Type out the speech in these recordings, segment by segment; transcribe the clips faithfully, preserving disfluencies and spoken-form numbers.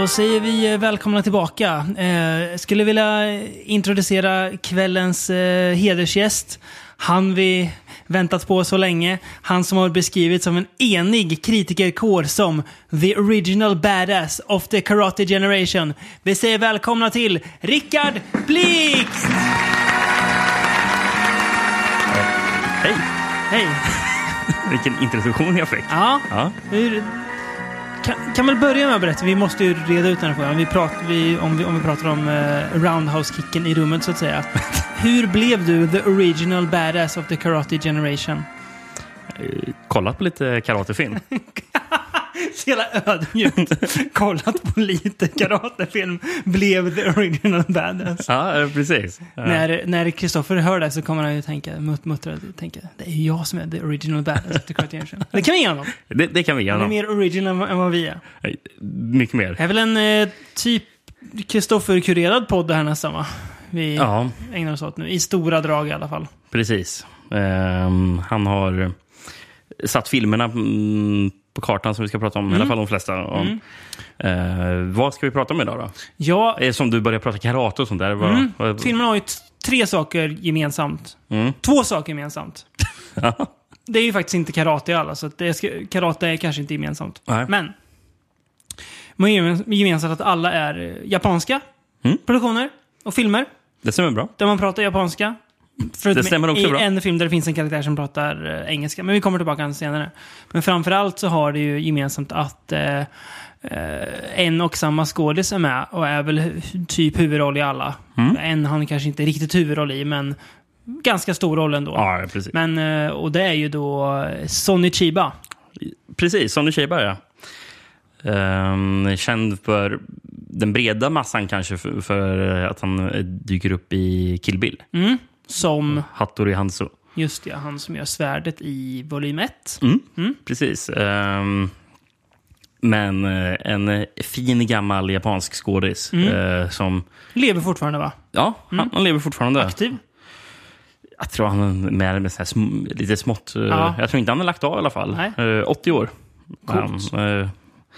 Då säger vi välkomna tillbaka. Eh, skulle vilja introducera kvällens eh, hedersgäst. Han vi väntat på så länge. Han som har beskrivits som en enig kritikerkår som the original badass of the karate generation. Vi säger välkomna till Rickard Blix! Hej! Hej! Vilken introduktion jag fick. Ja, ja. Hur, kan, kan väl börja med att berätta. Vi måste ju reda ut den här frågan. Vi pratar, vi, om, vi, om vi pratar om uh, roundhouse-kicken i rummet så att säga. Hur blev du the original badass of the karate generation? Uh, kollat på lite karatefilm. Så jävla ödmjukt. Kollat på lite karatefilm. Blev the original badass. Ja, precis. Ja. När, när Kristoffer hör det så kommer han ju tänka, mut, muttra, tänka, det är ju jag som är the original badass of the karate generation. Det kan vi ge honom. Det, det kan vi ge honom. Han är mer original än vad vi är. Mycket mer. Det är väl en eh, typ Kristoffer-kurerad podd här nästan, va? Vi ja. ägnar oss åt nu. I stora drag i alla fall. Precis. Um, han har satt filmerna mm, på kartan som vi ska prata om. Mm. I alla fall de flesta. Om, mm. uh, vad ska vi prata om idag då? Ja. Som du börjar prata karate och sånt där. Vad, mm. vad... Filmen har ju t- tre saker gemensamt. Mm. Två saker gemensamt. Det är ju faktiskt inte karate i alla. Så att det ska, karate är kanske inte gemensamt. Nej. Men man är gemensamt att alla är japanska mm. produktioner och filmer. Det stämmer bra. Där man pratar japanska. Det stämmer också i bra. I en film där det finns en karaktär som pratar eh, engelska. Men vi kommer tillbaka senare. Men framförallt så har det ju gemensamt att eh, en och samma skådis är med. Och är väl typ huvudroll i alla. Mm. En han kanske inte riktigt huvudroll i, men ganska stor roll ändå. Ja, precis. Men, eh, och det är ju då Sonny Chiba. Precis, Sonny Chiba, ja. Um, känd för den breda massan kanske för, för att han dyker upp i Kill Bill. Mm. Som Hattori Hanzo. Just det, han som gör svärdet i volym ett. Mm. Mm. Precis. Um, men en fin gammal japansk skådis mm. uh, som... Lever fortfarande, va? Ja, mm. han, han lever fortfarande. Aktiv? Jag tror han är med, med så här sm- lite smått. Uh, ja. Jag tror inte han har lagt av i alla fall. Uh, åttio år. Coolt. Um, uh,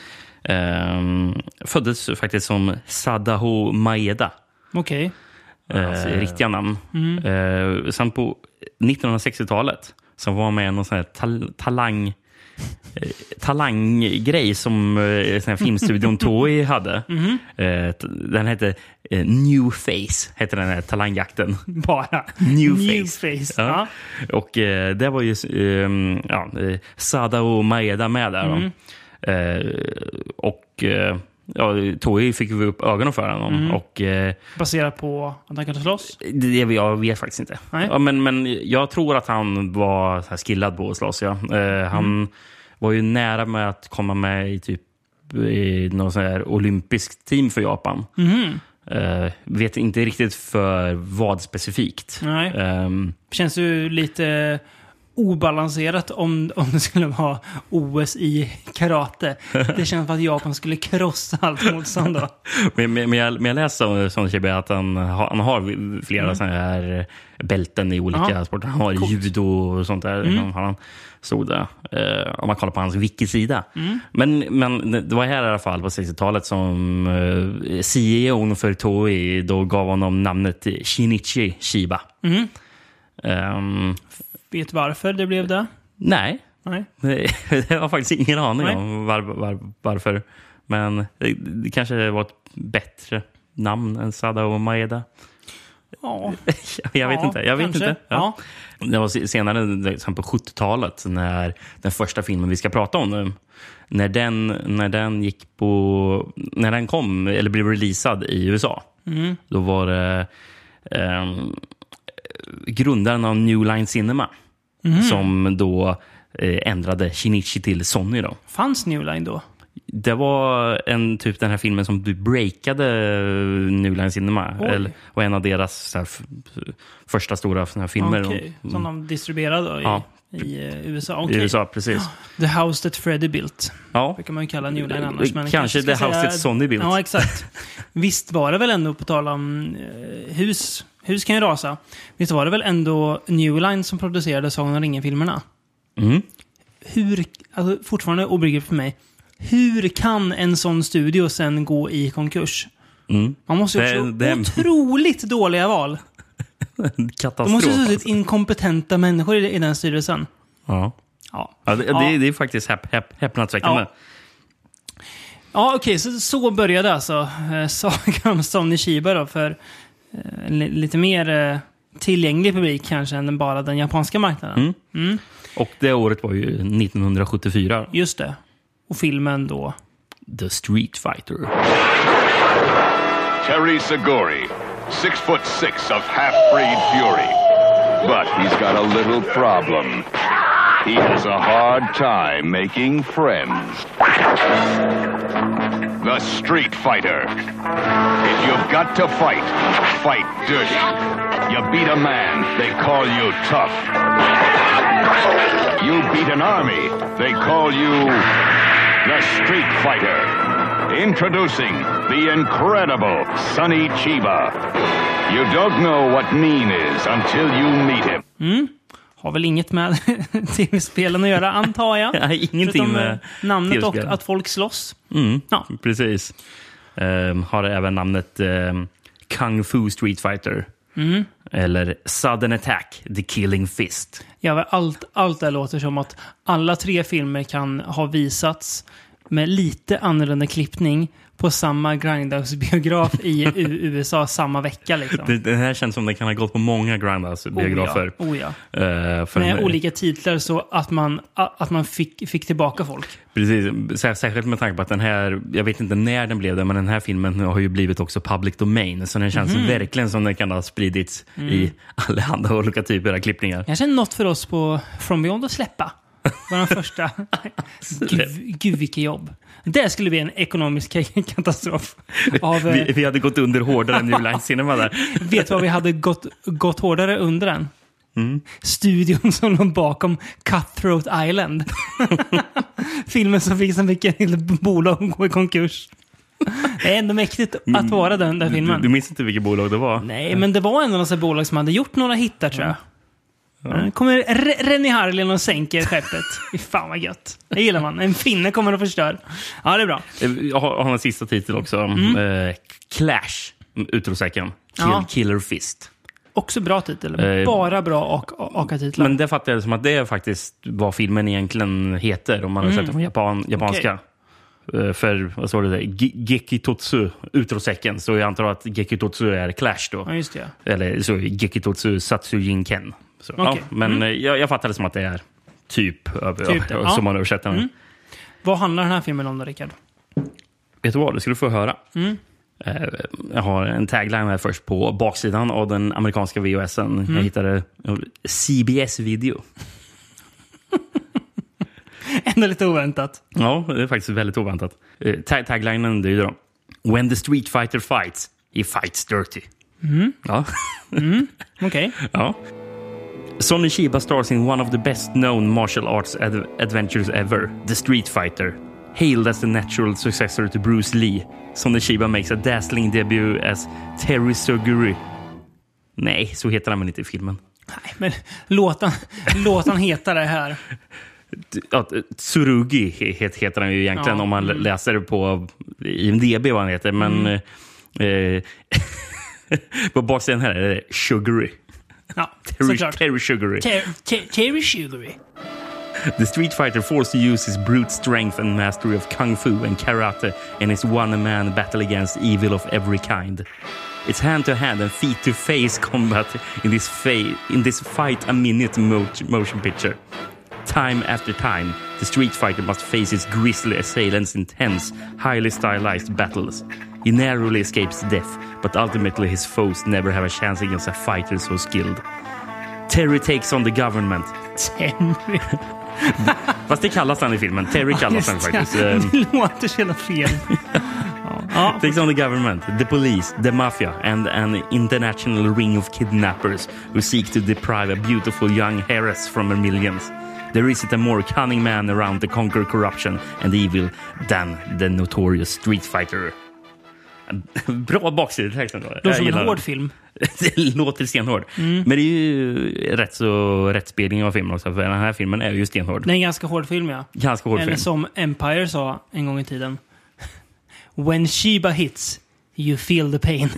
um, föddes faktiskt som Sadaho Maeda. Okej. Okay. Eh, alltså, riktiga namn. Mm. Eh, sen på nittonhundrasextiotalet så var med någon sån här tal- talang eh, talanggrej som eh, sån här filmstudion Toei hade. Mm. Eh, t- den hette eh, New Face, hette den här talangjakten. Bara New, New Face. face. Ja. Ja. Och eh, det var ju eh, ja, Sadao Maeda med där. Mm. Eh, och eh, ja, Toei fick vi upp ögonen för honom. Mm. Och, eh, baserat på att han kunde slåss? Det, jag vet faktiskt inte. Ja, men, men jag tror att han var så här skillad på att slåss. Ja. Eh, han mm. var ju nära med att komma med i typ i någon sån här olympisk team för Japan. Mm. Eh, vet inte riktigt för vad specifikt. Nej. Um, Känns ju lite obalanserat om, om det skulle vara O S i karate. Det känns som att Japan skulle krossa allt motstånd då. men, men, men, jag, men jag läste som Chiba att han, han har flera mm. sådana här bälten i olika Aha. sporter. Han har Coolt. judo och sånt där. Mm. Han stod där. Uh, om man kollar på hans wiki-sida. Mm. Men, men det var här i alla fall på sextiotalet som uh, C E O för Toei då gav honom namnet Shinichi Chiba. Mm. Um, Vet du varför det blev det? Nej. Nej. Det har faktiskt ingen aning Nej. om var, var, varför. Men det, det kanske var ett bättre namn än Sadao Maeda. Ja. jag vet ja, inte. Jag vet kanske. inte. Ja. Ja. Det var senare på sjuttiotalet när den första filmen vi ska prata om nu. När den, när den gick på... När den kom, eller blev releasad i U S A. Mm. Då var det... Um, grundaren av New Line Cinema mm. som då eh, ändrade Shinichi till Sony då. Fanns New Line då? Det var en typ den här filmen som breakade New Line Cinema eller, och en av deras så här, f- första stora såna här filmer. Okay. Mm. Som de distribuerade då i, ja. i uh, U S A. Okay. I U S A, precis. The House That Freddy Built. Ja. Det kan man ju kalla New Line annars. Men kanske The House säga... That Sony Built. Ja, exakt. Visst var det väl ändå på tal om uh, hus... Hus kan ju rasa. Visst var det väl ändå New Line som producerade Sagan om ringen-filmerna? Mm. Hur, alltså fortfarande obegripligt för mig, hur kan en sån studio sen gå i konkurs? Mm. Man måste ju också det, det... otroligt dåliga val. Katastrof. De måste ha suttit inkompetenta människor i, i den styrelsen. Ja. Ja, ja, det, ja. Det, det är faktiskt häp, häp, häpnadsväckande. Ja, ja okej. Okay, så, så började alltså eh, sagan om Sonny Chiba då för eh, lite mer eh, tillgänglig publik kanske än bara den japanska marknaden. Mm. Mm. Och det året var ju nittonhundrasjuttiofyra. Just det. Och filmen då? The Street Fighter. Terry Seguri, six foot six of half-breed fury. But he's got a little problem. He has a hard time making friends. The Street Fighter. If you've got to fight, fight dirty. You beat a man, they call you tough. You beat an army, they call you the Street Fighter. Introducing the incredible Sonny Chiba. You don't know what mean is until you meet him. Mm. Har väl inget med tv-spelen att göra, antar jag. Ja, ingenting med namnet och att folk slåss. Mm, ja. Precis. Um, har även namnet um, Kung Fu Street Fighter. Mm. Eller Sudden Attack, The Killing Fist. Ja, allt, allt det låter som att alla tre filmer kan ha visats med lite annorlunda klippning på samma Grindhouse-biograf i U S A samma vecka. Liksom. Det, det här känns som det kan ha gått på många Grindhouse-biografer. Oh ja, oh ja. Uh, för med olika titlar så att man, att man fick, fick tillbaka folk. Precis, särskilt med tanke på att den här, jag vet inte när den blev det, men den här filmen har ju blivit också public domain. Så den känns mm. verkligen som den kan ha spridits mm. i alla andra olika typer av klippningar. Jag känner något för oss på From Beyond att släppa. Var den första. Gud, gud vilket jobb. Det skulle bli en ekonomisk katastrof. Av, vi, vi hade gått under hårdare än New Line Cinema där. Vet du vad vi hade gått, gått hårdare under den? Mm. Studion som låg bakom Cutthroat Island. Filmen som fick så mycket bolag gå i konkurs. Det är ändå mäktigt att vara den där filmen. Du, du minns inte vilket bolag det var? Nej, men det var ändå några bolag som hade gjort några hittar, tror jag. Ja. Kommer R- Rennie Harlin och sänker skeppet. Fy fan vad gött. Det gillar man. En finne kommer att förstöra. Ja, det är bra. Jag har, har en sista titel också. Mm. Eh, Clash, utropstecken. Kill, ja. Killer Fist. Också bra titel. Eh, Bara bra aka-titlar. Men det fattar jag som att det är faktiskt vad filmen egentligen heter. Om man har mm. sett det från Japan, japanska. Okay. För, vad står det där? G- Gekitotsu, utropstecken. Så jag antar att Gekitotsu är Clash då. Ja, just det. Eller så Gekitotsu Satsujin Ken. Så, okay. Ja, men mm. jag, jag fattar det som att det är typ, typ ja, ja. som man översätter den. Mm. Vad handlar den här filmen om då, Rickard? Vet du vad? Det skulle du få höra. Mm. Jag har en tagline här först på baksidan av den amerikanska V H S:en. Mm. Jag hittade C B S-video. Ändå lite oväntat. Ja, det är faktiskt väldigt oväntat. Tag- taglinen är ju då: When the Street Fighter fights, he fights dirty. Mm. Ja. mm. Okej. Okay. Ja. Sonny Chiba stars in one of the best-known martial arts ad- adventures ever, The Street Fighter. Hailed as the natural successor to Bruce Lee, Sonny Chiba makes a dazzling debut as Terry Seguri. Nej, så heter han väl inte i filmen. Nej, men låt han, låt han heta det här. Ja, Tsurugi heter han ju egentligen, ja. Om man läser på I M D B vad han heter. Men mm. eh, på baksidan här är det Sugary. Ja, Terry, Terry Sugary. Ter, ter, Terry Sugary. The Street Fighter forced to use his brute strength and mastery of kung fu and karate in his one-man battle against evil of every kind. It's hand-to-hand and feet-to-face combat in this, fa- in this fight-a-minute mo- motion picture. Time after time, the Street Fighter must face his grisly assailants in tense, highly stylized battles. He narrowly escapes death, but ultimately his foes never have a chance against a fighter so skilled. Terry takes on the government. Terry. Fast det kallas han i filmen. Terry kallas han faktiskt. Det låter så jävla fel. Ja. Takes on the government, the police, the mafia and an international ring of kidnappers who seek to deprive a beautiful young heiress from her millions. There isn't a more cunning man around to conquer corruption and evil than the notorious Street Fighter. Bra baksidtext ändå. Det låter som en hård film. Det låter stenhård. Mm. Men det är ju rätt så rättspegling av filmen också. För den här filmen är ju stenhård. Det är en ganska hård film, ja. Ganska hård Eller film. som Empire sa en gång i tiden. When Sheba hits, you feel the pain.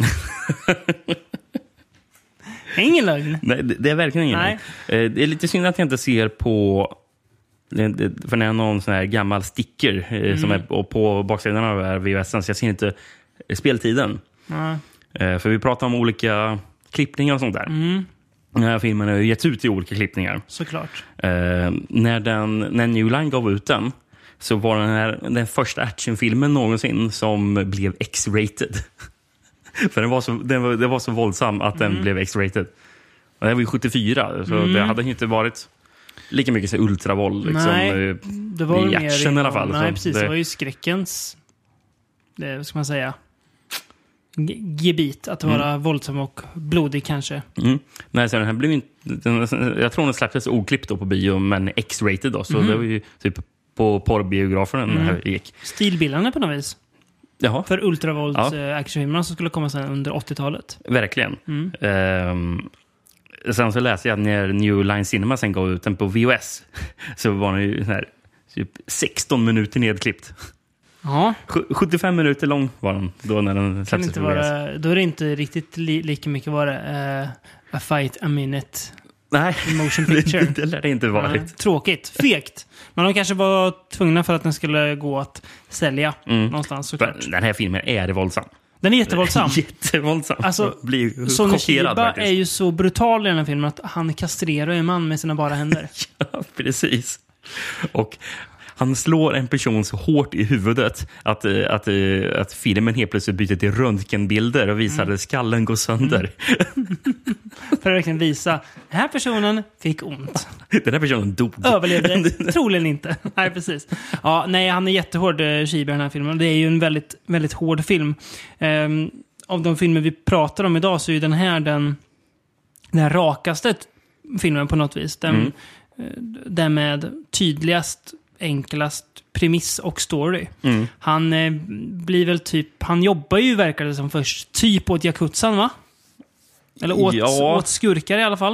Ingen lögn. Nej, det är verkligen ingen lögn. Det är lite synd att jag inte ser på... För det är någon sån här gammal sticker mm. som är på baksidan av V H S, så jag ser inte speltiden. Mm. För vi pratar om olika klippningar och sånt där. Mm. Den här filmen har ju getts ut i olika klippningar. Såklart. Eh, när, den, när New Line gav ut den så var den här den första actionfilmen någonsin som blev X-rated. För den var så, den var, den var så våldsam att den mm. blev X-rated. Och det var ju sjuttiofyra, så mm. det hade inte varit lika mycket så ultravåld liksom. Nej, det var i action i alla fall. Nej, precis. Det... det var ju skräckens, det, vad ska man säga, gebit att vara mm. våldsam och blodig kanske. Mm. Nej, så den här blev inte, den, jag tror den släpptes oklippt då på bio, men X-rated då, så mm. det var ju typ på porrbiografen mm. den här gick. Stilbildande på något vis. Jaha. För ultravålds ja. actionfilmerna som skulle komma sen under åttiotalet. Verkligen. Mm. Um, sen så läste jag att när New Line Cinema sen gav ut den på V H S så var den ju här, typ sexton minuter nedklippt. Ja. sjuttiofem minuter lång var den då när den släpptes på V H S. Då är det inte riktigt li- lika mycket var det. Uh, a fight a minute. Nej, motion picture. det, det lär det inte varit. Uh, tråkigt. Fegt. Men de kanske var tvungna för att den skulle gå att sälja mm. någonstans såklart. Den här filmen är det våldsam. Den är jättevåldsam. Jättevåldsam. Alltså, Sonny Chiba är ju så brutal i den här filmen att han kastrerar en man med sina bara händer. Ja, precis. Och han slår en person så hårt i huvudet att, att, att, att filmen helt plötsligt byter till röntgenbilder och visar mm. att skallen går sönder. Mm. För att verkligen visa, den här personen fick ont. Den här personen dog. Överlevde, troligen inte. Nej, precis. Ja, nej, han är jättehård, Chiba, i den här filmen. Det är ju en väldigt, väldigt hård film. Um, av de filmer vi pratar om idag så är ju den här den, den rakaste filmen på något vis. Den, mm. den med tydligast enklast premiss och story. Mm. Han eh, blir väl typ, han jobbar ju verkar det som först typ åt Yakutsan, va? Eller åt, ja. åt skurkar i alla fall.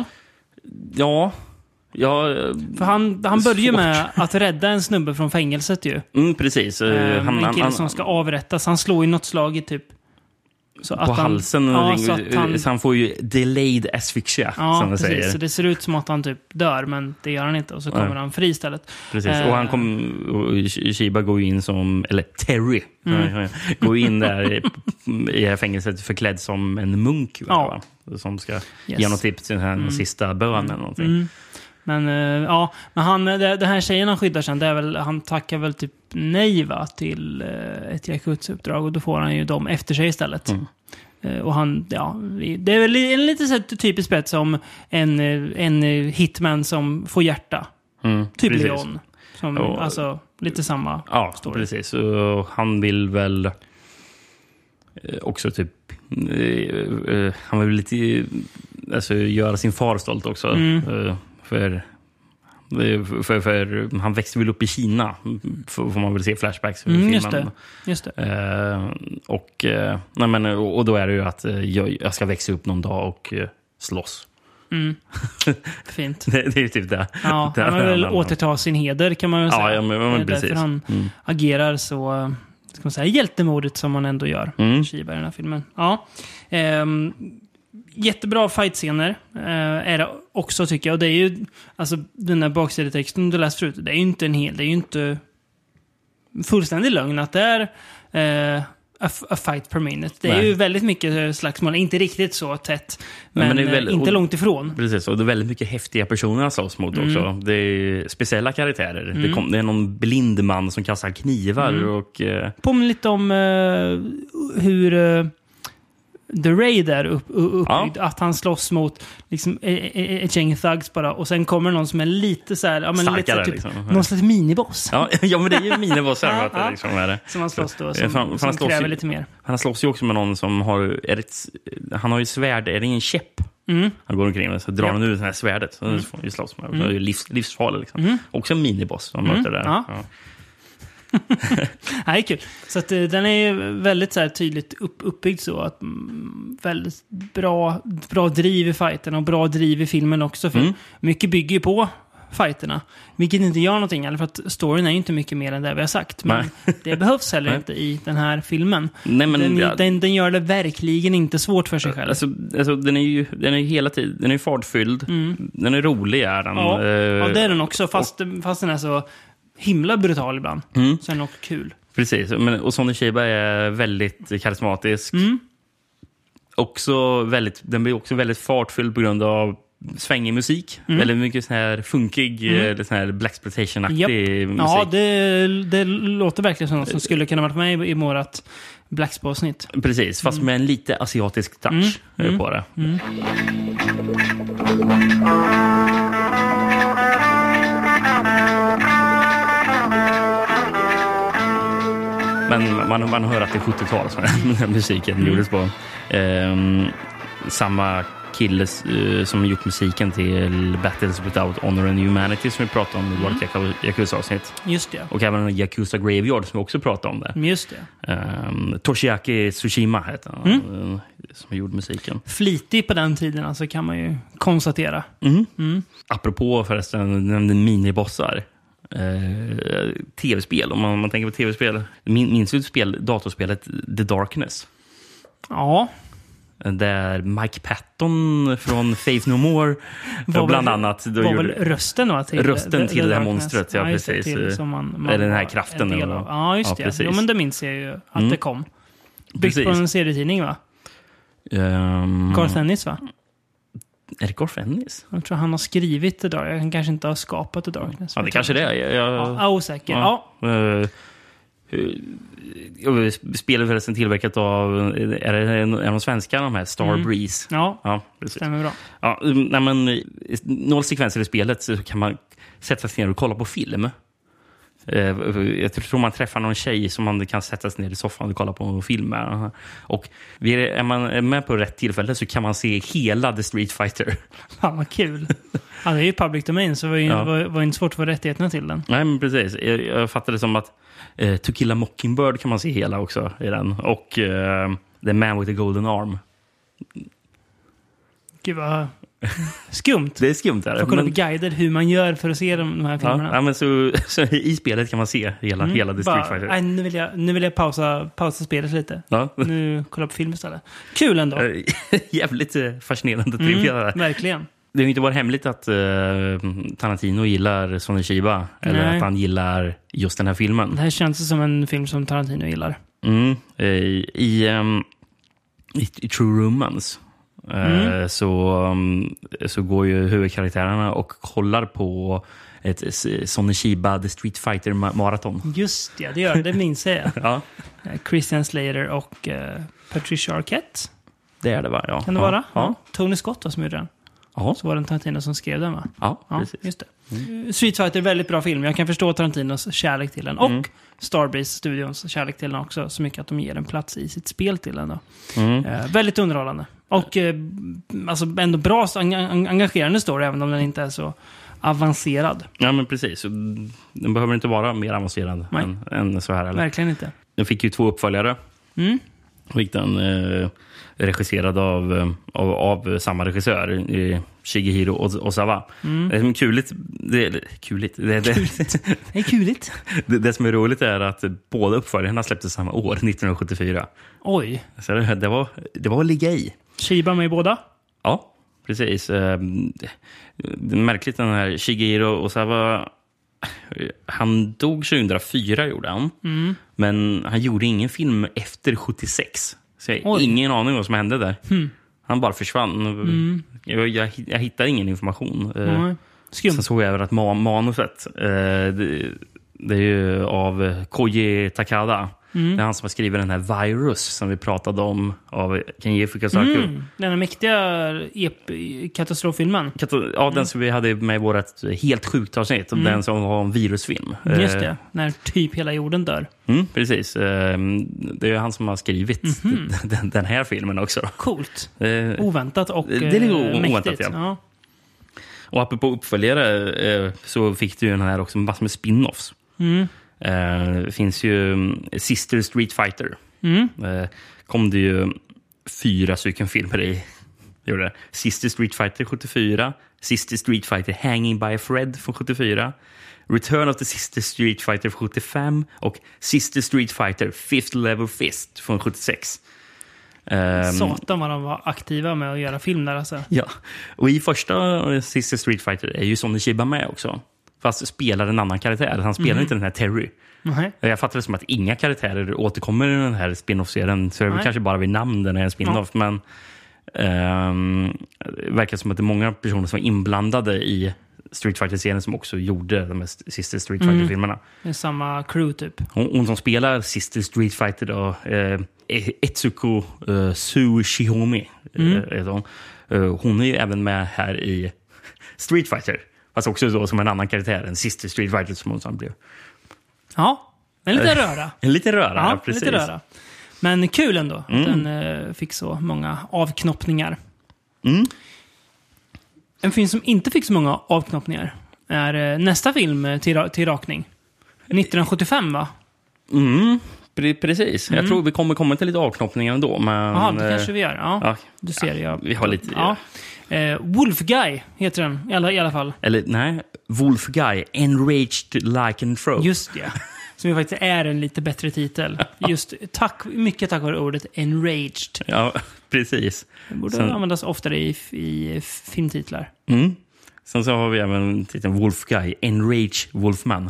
Ja. Ja. För han, han börjar ju med att rädda en snubbe från fängelset ju. Mm, precis. Eh, han, en kille han, som ska avrättas. Han slår ju något slag i typ så på att halsen. Han, ja, så, att han, så han får ju delayed asphyxia, ja, som det precis, säger. Så det ser ut som att han typ dör, men det gör han inte. Och så kommer ja. han fri istället. Precis, eh, och han kom, och Chiba går in som, eller Terry, mm. går in där i det här fängelset förklädd som en munk. Ja. Va? Som ska yes. ge något tips till den här mm. sista bön mm. eller någonting. Mm. Men uh, ja, men han, det, det här tjejen han skyddar sen, det är väl, han tackar väl typ nej, va, till uh, ett Yakuza-uppdrag, och då får han ju dem efter sig istället. Mm. Uh, och han, ja, det är väl en lite så typiskt spets som en, en hitman som får hjärta. Mm, typ precis. Leon. Som, och, alltså, lite samma ja, story. Precis. Och han vill väl också typ uh, uh, han vill lite alltså, göra sin far stolt också. Mm. Uh, För, för, för han växte väl upp i Kina, får man väl se flashbacks för mm, filmen. Just det, just det. Uh, och, uh, nej men, och då är det ju att uh, jag, jag ska växa upp någon dag och uh, slåss. Mm. Fint. det, det är ju typ det. Ja, det, han vill återta sin heder, kan man väl säga. Ja, ja men, men, precis. Därför han mm. agerar så, ska man säga, hjältemodigt som man ändå gör. Mm. Chiba i den här filmen. Ja. Um, Jättebra fightscener eh, är det också, tycker jag. Och det är ju, alltså den där baksidetexten du läst förut, det är ju inte en hel, det är ju inte fullständig lögn att det är eh, a, a fight per minute. Det är Nej. ju väldigt mycket slagsmål, inte riktigt så tätt, men, men väl, inte och, långt ifrån. Precis, och det är väldigt mycket häftiga personer att slåss mot mm. också. Det är speciella karaktärer. Mm. Det, kom, det är någon blind man som kastar knivar mm. och... Eh... Påminner lite om eh, hur... Eh, The Raid där upp, uppbyggd, ja. Att han slåss mot liksom, ett gäng thugs bara, och sen kommer någon som är lite så här, ja, men starkare, lite, typ, liksom. Någon slags miniboss. Ja, ja, men det är ju miniboss här, ja, ja. Liksom, är det. Som han slåss då, som, fan, som kräver ju, lite mer. Han slåss ju också med någon som har är ett, han har ju svärd, är det en käpp? Mm. Han går omkring med, så drar ja. han ut det här svärdet, så mm. får han ju slåss med. Mm. Det är ju livs, livsfarligt liksom. Mm. Också en miniboss som mm. möter där. Ja. Ja. Nej, kul. Så att, den är väldigt så här, tydligt upp, uppbyggd så att mm, väldigt bra, bra driv i fighten och bra driv i filmen också. För mm. mycket bygger ju på fighterna. Vilket inte gör någonting, eller för att storyn är ju inte mycket mer än det vi har sagt. Men Nej. det behövs heller inte i den här filmen. Nej, men, den, ja. den, den gör det verkligen inte svårt för sig själv. Alltså, alltså, den är ju den är hela tiden, den är fartfylld. Mm. Den är rolig, är den. Ja, uh, ja det är den också. Fast, och, fast den är så himla brutal ibland. Mm. Så är den också kul. Precis, men, och Sonny Chiba är väldigt karismatisk. Mm. Också väldigt, den blir också väldigt fartfylld på grund av svängig musik. Mm. Väldigt mycket sån här funkig, mm. sån här blaxploitation-aktig yep. musik. Ja, det, det låter verkligen som något som skulle kunna varit med i, i vårat Blaxpo-snitt. Precis, fast mm. med en lite asiatisk touch mm. på det. Mm. Men man, man hör att det är sjuttiotal som den här musiken mm. gjordes på. Ehm, samma kille uh, som gjort musiken till Battles Without Honor and Humanity som vi pratade om i vårt mm. Yakuza-avsnitt. Just det. Och även Yakuza Graveyard som vi också pratade om där. Just det. Um, Toshiaki Tsushima heter han, mm. uh, som gjorde musiken. Flitig på den tiden, alltså, kan man ju konstatera. Mm. Mm. Apropå förresten, nämnde minibossar. Uh, tv-spel, om man, om man tänker på tv-spel. Min, minns du spel, datorspelet The Darkness? Ja. Där Mike Patton från Faith No More var bland väl, annat då var gjorde, väl rösten va, till rösten the, till the det här monstret, ja, ja precis. Till, som man, man eller den här kraften. Eller, ja, just ja, det. Jo, men det minns jag ju att mm. det kom. Byggt precis. på en serietidning va? Um, Garth Ennis va? Är det Garth Ennis? Jag tror han har skrivit det där. Jag kanske inte har skapat The Darkness. Ja, det kanske det är. Jag, jag, ja, osäker. Ja. ja. Uh, Spelet förresten tillverkat av är det en av de svenska de här Star mm. Breeze. Ja, ja precis. Stämmer bra. Ja, när man noll sekvenser i spelet så kan man sätta sig ner och kolla på film. Jag tror man träffar någon tjej som man kan sätta sig ner i soffan och kolla på en film med. Och är man med på rätt tillfälle så kan man se hela The Street Fighter. Fan vad kul. Ja, det är ju public domain så det var ju ja. var, var inte svårt att få rättigheterna till den. Nej, men precis. Jag, jag fattade det som att uh, To Kill a Mockingbird kan man se hela också i den. Och uh, The Man with the Golden Arm. Gud vad skumt. Det är skumt där. Får kolla men... på guider hur man gör för att se de, de här filmerna. Ja, men så, så i spelet kan man se hela, mm, hela The Street Fighter. Nej, nu vill jag, nu vill jag pausa, pausa spelet lite. Ja. Nu kolla på film istället. Kul ändå. Jävligt fascinerande trivia mm, där. Verkligen. Det har inte varit hemligt att uh, Tarantino gillar Sonny Chiba. Eller Nej. Att han gillar just den här filmen. Det här känns som en film som Tarantino gillar. Mm, i, i, um, i, i True Romance. Mm. Så, så går ju huvudkaraktärerna och kollar på ett Sonny Chiba The Street Fighter maraton. Just det, det gör det, minns jag. Ja. Christian Slater och uh, Patricia Arquette. Det är det va? Ja. Kan det ja. vara? Ja. Ja. Tony Scott som gjorde den. Ja. Så var det Tarantino som skrev den va? Ja, ja precis. Just det. Mm. Street Fighter är väldigt bra film. Jag kan förstå Tarantinos kärlek till den. Och mm. Starbreeze Studios kärlek till den också. Så mycket att de ger en plats i sitt spel till den då. Mm. Uh, väldigt underhållande. Och eh, alltså ändå bra, engagerande story även om den inte är så avancerad. Ja, men precis. Den behöver inte vara mer avancerad än, än så här. Eller? Verkligen inte. Den fick ju två uppföljare. Mm. Fick den eh, regisserad av, av, av samma regissör, eh, Shigehiro Ozawa. Mm. Det är kuligt. Det är kuligt. Det, det, kuligt. det är kuligt. Det, det som är roligt är att båda uppföljarna släpptes samma år, nittonhundrasjuttiofyra. Oj. Så det, det, var, det var att ligga i. Chiba med båda? Ja, precis. Det är märkligt den här Shigehiro Ozawa. Han dog tjugohundrafyra gjorde han. Mm. Men han gjorde ingen film efter sjuttiosex. Så jag har ingen aning vad som hände där. Mm. Han bara försvann. Mm. Jag, jag, jag hittade ingen information. Mm. Sen såg jag över att ma- manuset eh, det, det är ju av Koji Takada. Mm. Det är han som har skrivit den här Virus som vi pratade om av Kenji Fukasaku. Mm. Den här mäktiga ep- katastroffilmen. Kato- ja, mm. den som vi hade med i vårt helt sjukt avsnitt. Mm. Den som var en virusfilm. Just det, när typ hela jorden dör. Mm, precis. Det är han som har skrivit mm-hmm. den, den här filmen också. Coolt. Oväntat och det är mäktigt. Oväntat, ja. Ja. Och apropå uppföljare så fick du den här också massor med spin-offs. Mm. Det finns ju Sister Street Fighter. Mm. Eh, kom det ju fyra stycken filmer i. Gjorde det. Sister Street Fighter sjuttiofyra. Sister Street Fighter Hanging by a Thread från sjuttiofyra. Return of the Sister Street Fighter från sjuttiofem. Och Sister Street Fighter Fifth Level Fist från sjuttiosex. Um, Satan vad de var aktiva med att göra film där alltså. Ja, och i första Sister Street Fighter är ju Sonny Chiba med också. Fast spelar en annan karaktär. Han spelar mm. inte den här Terry. Nej. Jag fattar det som att inga karaktärer återkommer i den här spin-off-serien. Så det är väl kanske bara vid namn den här spin-off. Ja. Men um, det verkar som att det är många personer som är inblandade i Street Fighter-serien som också gjorde de här Sister Street Fighter-filmerna. Mm. Det är samma crew typ. Hon, hon som spelar Sister Street Fighter då, eh, Etsuko uh, Tsuchihomi. Mm. Eh, hon. Uh, hon är ju även med här i Street Fighter. Fast också då som en annan karaktär, en Sister Street Fighter som hon sen blev. Ja, en liten röra. En liten röra, ja, ja, precis. Lite röra. Men kul ändå att mm. den uh, fick så många avknoppningar. Mm. En film som inte fick så många avknoppningar är uh, nästa film till, till rakning. nittonhundrasjuttiofem, va? Mm, precis. Mm. Jag tror vi kommer komma till lite avknoppningar ändå. Jaha, det kanske vi gör. Ja, ja, du ser jag. Ja, vi har lite... Ja. Uh, Wolf Guy heter den, i alla, i alla fall. Eller, nej. Wolf Guy, Enraged Like an Throat. Just det. Som ju faktiskt är en lite bättre titel. Just tack, mycket tack vare ordet enraged. Ja, precis. Det borde Sen, användas oftare i, i filmtitlar. Mm. Sen så har vi även titeln Wolf Guy, Enraged Wolfman.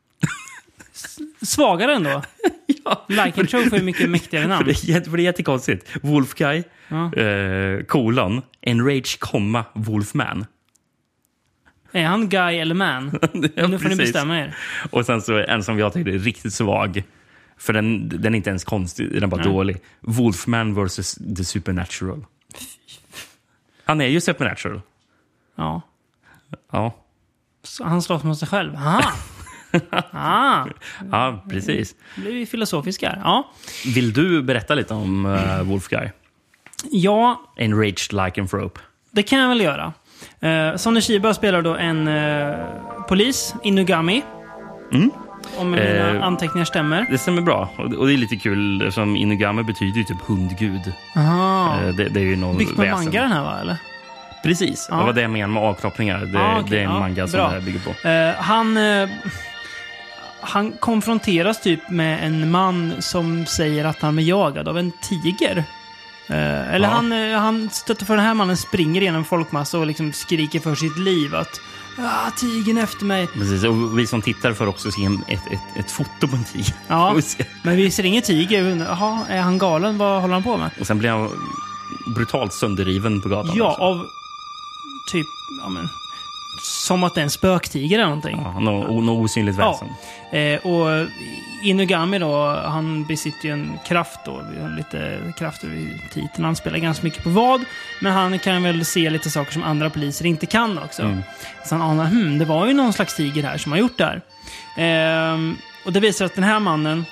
Svagare ändå. Ja, Like and Trophy är mycket mäktigare namn. För det, för det är jättekonstigt. Wolf Guy, ja. eh, kolon, Enraged, komma, Wolfman. Är han guy eller man? Ja, nu får precis. ni bestämma er. Och sen så en som jag tycker är riktigt svag. För den, den är inte ens konstig, den är bara Nej. dålig. Wolfman versus the Supernatural. Han är ju Supernatural. Ja. Ja. Så han slåss mot sig själv. Aha. ah. Ja, precis. Det blir vi filosofiska. Ja. Vill du berätta lite om uh, Wolf Guy? Ja. Enraged like an rope. Det kan jag väl göra. Uh, Sonny Chiba spelar då en uh, polis, Inugami. Mm. Om mina uh, anteckningar stämmer. Det stämmer bra. Och det är lite kul, som Inugami betyder ju typ hundgud. Aha. Uh, det, det är ju någon byggt på väsen. manga den här, va? Eller? Precis, ja. Det var det jag menade med avknoppningar. Det, ah, okay. det är en manga ja, som det här bygger på. Uh, han, uh, han konfronteras typ med en man som säger att han är jagad av en tiger. Uh, eller ja. han, uh, han stöter för den här mannen, springer genom en folkmassa och liksom skriker för sitt liv att ah, tigern efter mig. Precis, och vi som tittar får också se en, ett, ett, ett foto på en tiger. Ja, men vi ser ingen tiger. Jaha, är han galen? Vad håller han på med? Och sen blir han brutalt sönderriven på gatan. Ja, också. av typ, ja men, som att det är en spöktiger eller någonting. Ja, något no osynligt väsen. Ja. Eh, och Inugami då, han besitter ju en kraft då, lite krafter i titeln. Han spelar ganska mycket på vad, men han kan väl se lite saker som andra poliser inte kan också. Mm. Så han anar, hmm, det var ju någon slags tiger här som har gjort det här. Eh, och det visar att den här mannen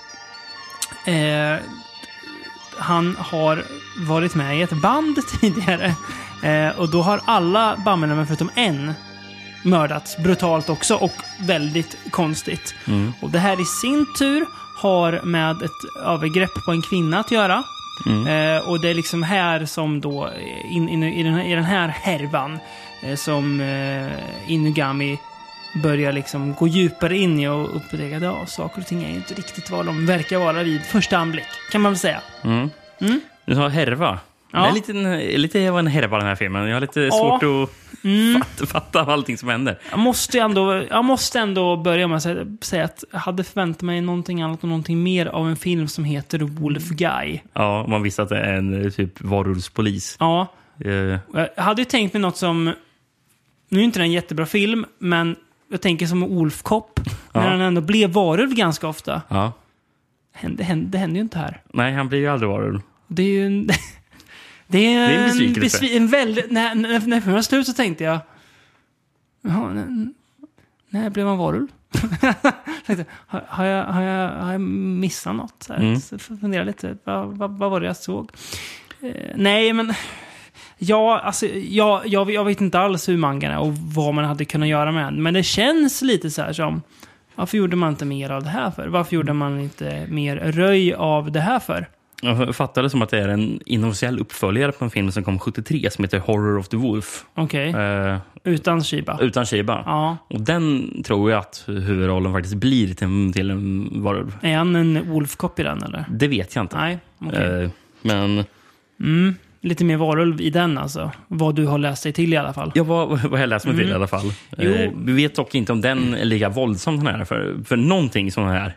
eh, han har varit med i ett band tidigare. Eh, och då har alla bandmedlemmar förutom en mördats brutalt också och väldigt konstigt. Mm. Och det här i sin tur har med ett övergrepp på en kvinna att göra. Mm. Eh, och det är liksom här som då in, in, i, den, i den här härvan eh, som eh, Inugami börjar liksom gå djupare in i och upptäcka att ja, saker och ting är inte riktigt vad de verkar vara vid första anblick, kan man väl säga. Mm. Mm? Du sa härva. Ja. Det är lite, lite av en härva den här filmen. Jag har lite ja. svårt att mm. fatta, fatta allting som händer. Jag måste ändå, jag måste ändå börja med att säga, säga att jag hade förväntat mig någonting annat och någonting mer av en film som heter Wolf Guy. Ja, man visste att det är en typ varulvspolis. Ja. Uh. Jag hade ju tänkt mig något som, nu är inte det en jättebra film, men jag tänker som Wolf Cop, ja. när han ändå blev varulv ganska ofta. Ja. Det händer, det händer ju inte här. Nej, han blir ju aldrig varulv. Det är ju en... Det är, det är en besvikelse. Besvi- en väldigt, när, när, när filmen var slut så tänkte jag, jaha, när, när blev man varulv? tänkte, har, har, jag, har, jag, har jag missat något? Så här, mm. så fundera lite, vad, vad, vad var det jag såg? Eh, nej, men ja, alltså, jag, jag, jag vet inte alls hur mangan är och vad man hade kunnat göra med den. Men det känns lite så här som, Varför gjorde man inte mer av det här för? Varför gjorde man inte mer röj av det här för? Jag fattar det som att det är en inofficiell uppföljare på en film som kom sjuttiotre som heter Horror of the Wolf. Okej. Okay. Uh, utan Shiba. Utan Shiba. Ja. Och den tror jag att huvudrollen faktiskt blir till, till en varulv. Är han en wolf-cop i den, eller? Det vet jag inte. Nej, okej. Okay. Uh, men... Mm. Lite mer varulv i den alltså. Vad du har läst dig till i alla fall. Ja, vad, vad jag har läst mig mm. till i alla fall. Eh, vi vet dock inte om den är lika våldsam som den här. För, för någonting som här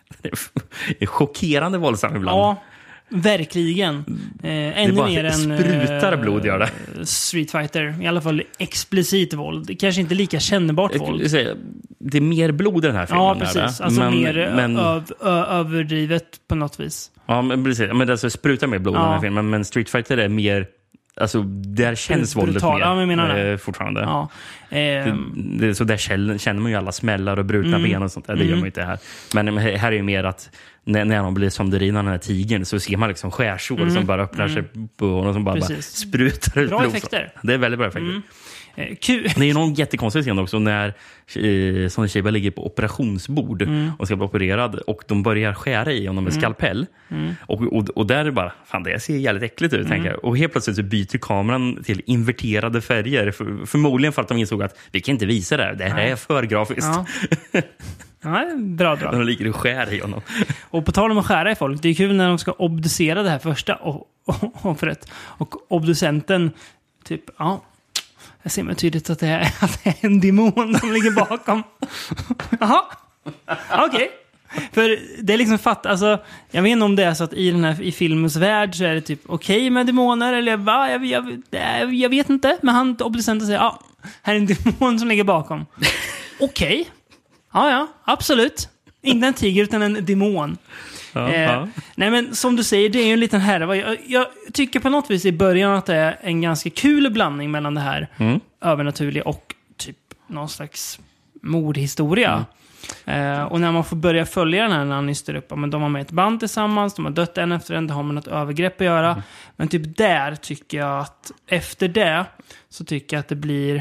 är chockerande våldsam ibland. Ja, verkligen. Eh, ännu det bara mer än sprutar blod gör det. Street Fighter. I alla fall explicit våld. Kanske inte lika kännbart jag, våld. Säga, det är mer blod i den här filmen. Ja, precis. Alltså men, mer men... Ö- ö- överdrivet på något vis. Ja, men precis. Men det alltså, sprutar mer blod ja. i den här filmen. Men Street Fighter är mer... Alltså, där känns våldet mer ja, men menar det. Eh, fortfarande. Ja. Det, det, så där känner man ju alla smällar och brutna mm. ben och sånt där. Det mm. gör man ju inte här. Men här är ju mer att när, när de blir som det rinar den här tigern så ser man liksom skärsår mm. som bara öppnar sig mm. på honom som bara, bara sprutar ut bra blod. Effekter. Det är väldigt bra effekter. Mm. Eh, kul. Det är ju någon jättekonstig scen också när eh, Sonny Chiba ligger på operationsbord mm. och ska bli opererad och de börjar skära i honom med mm. skalpell. Mm. Och, och, och där är det bara, fan det ser jävligt äckligt ut mm. tänker jag. Och helt plötsligt så byter kameran till inverterade färger. För, förmodligen för att de insåg att vi kan inte visa det här. Det här Nej. är för grafiskt. Ja. Ja, bra, bra. De ligger och skär i honom. Och på tal om att skära i folk, det är kul när de ska obducera det här första offret. Och obducenten typ, ja, jag ser mig tydligt att det är, att det är en demon som ligger bakom. Jaha, okej. Okay. För det är liksom fatt, alltså, jag vet inte om det är så att i den här i filmens värld så är det typ okej okay med demoner eller va, jag, jag, jag, jag vet inte. Men han obducenten säger, ja, här är en demon som ligger bakom. Okej. Okay. Ja, ja, absolut. Inte en tiger utan en demon. Ja, eh, ja. Nej, men som du säger, det är ju en liten härva. Jag, jag tycker på något vis i början att det är en ganska kul blandning mellan det här mm. övernaturliga och typ någon slags mordhistoria. Mm. Eh, och när man får börja följa den här när han nyster upp, men de har med ett band tillsammans, de har dött en efter en, det har man något övergrepp att göra. Mm. Men typ där tycker jag att efter det så tycker jag att det blir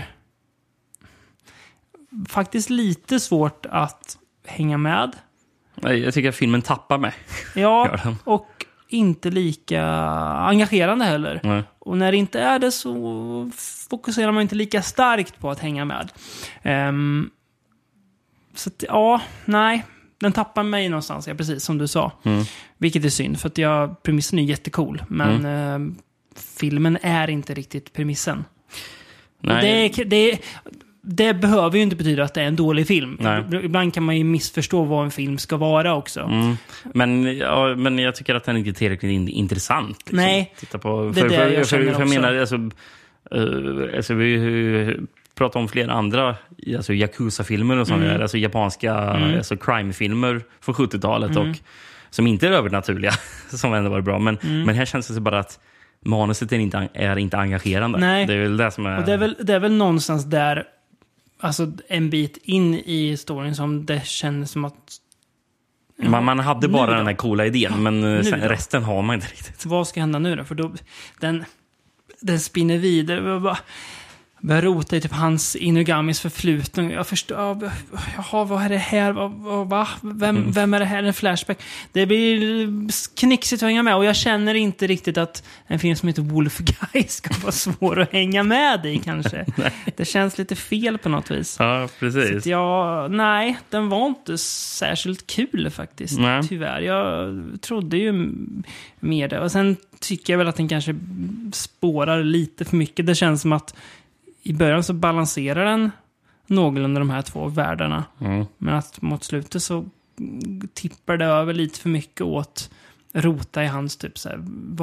faktiskt lite svårt att hänga med. Jag tycker att filmen tappar mig. Ja, och inte lika engagerande heller. Nej. Och när det inte är det så fokuserar man inte lika starkt på att hänga med. Um, så att, ja, nej. Den tappar mig någonstans, ja, precis som du sa. Mm. Vilket är synd, för att jag, premissen är jättecool. Men mm. uh, filmen är inte riktigt premissen. Nej. Det är... Det är Det behöver ju inte betyda att det är en dålig film. Nej. Ibland kan man ju missförstå vad en film ska vara också. Mm. Men, ja, men jag tycker att den inte är tillräckligt in- intressant. Liksom. Nej, Titta på, det är det för, jag för, känner för, för också. Jag menar, alltså, uh, alltså, vi uh, pratar om flera andra alltså, Yakuza-filmer och sådana mm. där, alltså japanska mm. alltså, crime-filmer från sjuttiotalet mm. och som inte är övernaturliga, som ändå var bra. Men, mm. men här känns det så bara att manuset är inte, är inte engagerande. Nej. Det är väl det som är... Och det är väl, det är väl någonstans där, alltså en bit in i historien som det känns som att... Ja, man, man hade bara den här coola idén, men sen, resten har man inte riktigt. Vad ska hända nu då? För då, den, den spinner vidare. Bara, börjar rota i typ hans Inugamis förflutning. Jag förstår, jaha, vad är det här? Va, va? Vem, mm. vem är det här? En flashback. Det blir knixigt att hänga med. Och jag känner inte riktigt att en film som heter Wolf Guy ska vara svår att hänga med i kanske. Det känns lite fel på något vis. Ja, precis. Så jag, nej, den var inte särskilt kul faktiskt. Nej. Tyvärr. Jag trodde ju mer det. Och sen tycker jag väl att den kanske spårar lite för mycket. Det känns som att i början så balanserar den någorlunda de här två världarna. Mm. Men att mot slutet så tippar det över lite för mycket åt rota i hans typ så här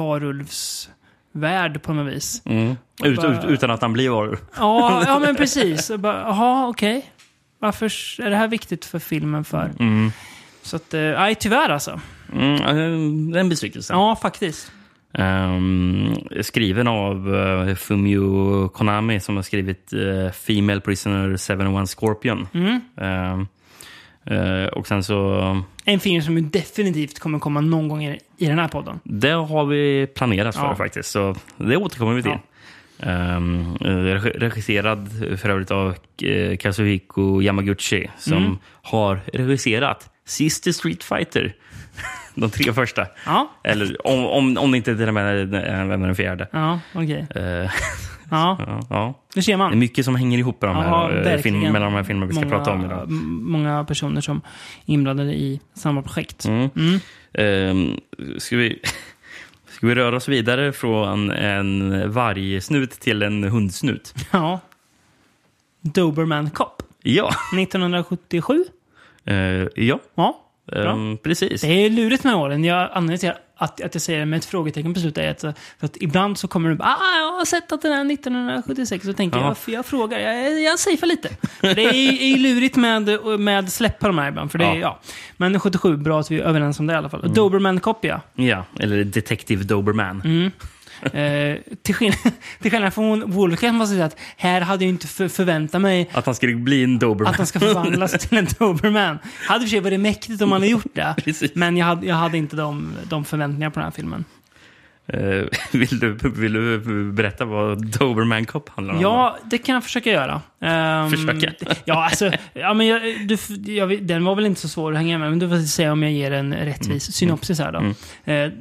varulvsvärld på något vis. Mm. Ut, bara, ut, utan att han blir varulv. Ja, ja men precis. Jaha, okej. Okay. Varför är det här viktigt för filmen för? Mm. Så att, nej, tyvärr alltså. Mm, det är en besvikelse. Ja, faktiskt. Um, skriven av uh, Fumio Konami som har skrivit uh, Female Prisoner seven oh one Scorpion. Mm. Uh, uh, och sen så... En film som definitivt kommer komma någon gång i den här podden. Det har vi planerat för ja. faktiskt, så det återkommer vi till. Um, regisserad för övrigt av uh, Kazuhiko Yamaguchi som mm. har regisserat Sister Street Fighter. De tre första. Ja. Eller om, om, om det inte är den, den, den fjärde. Ja, okej. Okay. Uh, ja. ja, ja. Det ser man. Det är mycket som hänger ihop med de här, ja, film, med de här filmerna vi ska många, prata om idag. Många personer som är inblandade i samma projekt. Mm. Mm. Um, ska vi... Ska vi röra oss vidare från en vargsnut till en hundsnut? Ja. Doberman Cop. Ja. nittonhundrasjuttiosju? Uh, ja. Ja. Um, precis. Det är lurigt med åren. Jag använder att, att jag säger det med ett frågetecken på slutet. Att, för att ibland så kommer det ah, jag har sett att den är nittonhundrasjuttiosex. Så tänker jag, jag, jag frågar, jag, jag säger för lite. För det är, är lurigt med, med släpp på de här ibland. För det är, ja. Ja. Men sjuttiosju, bra att vi är överens om det i alla fall. Mm. Doberman Cop, ja. Ja, eller Detective Doberman. Mm. Eh, till, skillnad, till skillnad från Wolfgang måste jag säga att här hade jag inte för, förväntat mig att han skulle bli en Doberman. Att han ska förvandlas till en Doberman. Hade för sig varit mäktigt om han hade gjort det. Men jag hade, jag hade inte de, de förväntningar på den här filmen. Uh, vill, du, vill du berätta vad Doberman Cop handlar om? Ja, det kan jag försöka göra. Um, försöka? Ja, alltså, ja, men jag, du, jag, den var väl inte så svår att hänga med, men du får säga om jag ger en rättvis mm. synopsis här då. Mm. Uh,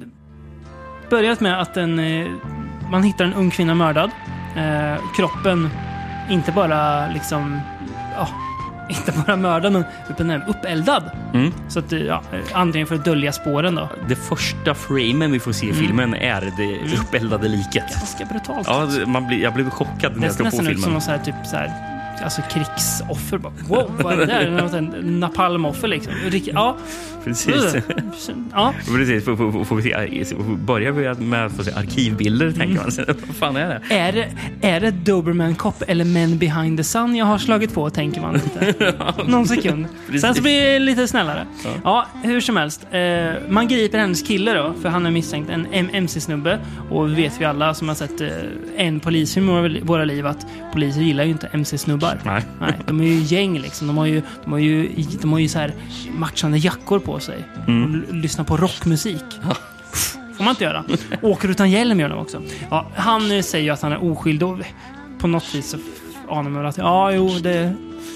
börjat med att en, man hittar en ung kvinna mördad. Uh, kroppen inte bara liksom... Ja, inte bara mördad, men utan uppeldad. Mm. Så att, ja, anledningen för att dölja spåren då. Det första framen vi får se i mm. filmen är det mm. uppeldade liket. Ganska brutalt. Ja, man blir, jag blev chockad när jag såg på filmen. Det är nästan ut som någon så här, typ så här, alltså krigsoffer. Bara, wow, vad är det där? En napalmoffer liksom. Ja. Precis. Ja. Precis. Får, får, får vi se, börjar vi med att få se arkivbilder, mm. tänker man. Vad fan är det? Är det, är det Doberman Cop eller Men Behind the Sun jag har slagit på, tänker man lite. Någon sekund. Precis. Sen så blir det lite snällare. Ja, ja hur som helst. Eh, man griper hennes kille då, för han är misstänkt en M C-snubbe. Och vi vet vi alla som har sett eh, en polisfilm i våra liv att poliser gillar ju inte M C-snubbar. Nej. Nej, de är ju gäng liksom. De har ju, de har ju, de har ju så här matchande jackor på sig. Mm. Och l- lyssnar på rockmusik. Ja. Får man inte göra. Åker utan hjälm gör de också. Ja, han säger ju att han är oskyldig och på något vis så anar man att ja, jo, det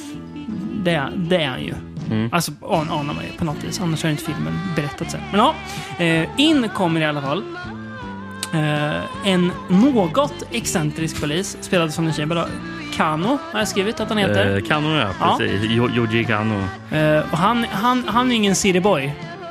det, det är han ju. Mm. Alltså an, anar man ju på något vis. Annars har inte filmen berättat sig. Men ja, eh, in kommer i alla fall eh, en något excentrisk polis spelad som en tjej. Bara Kano har jag skrivit att han heter. Eh, Kano, ja, precis. Ja. Yoji Kano. Eh, och han, han, han är ingen city boy.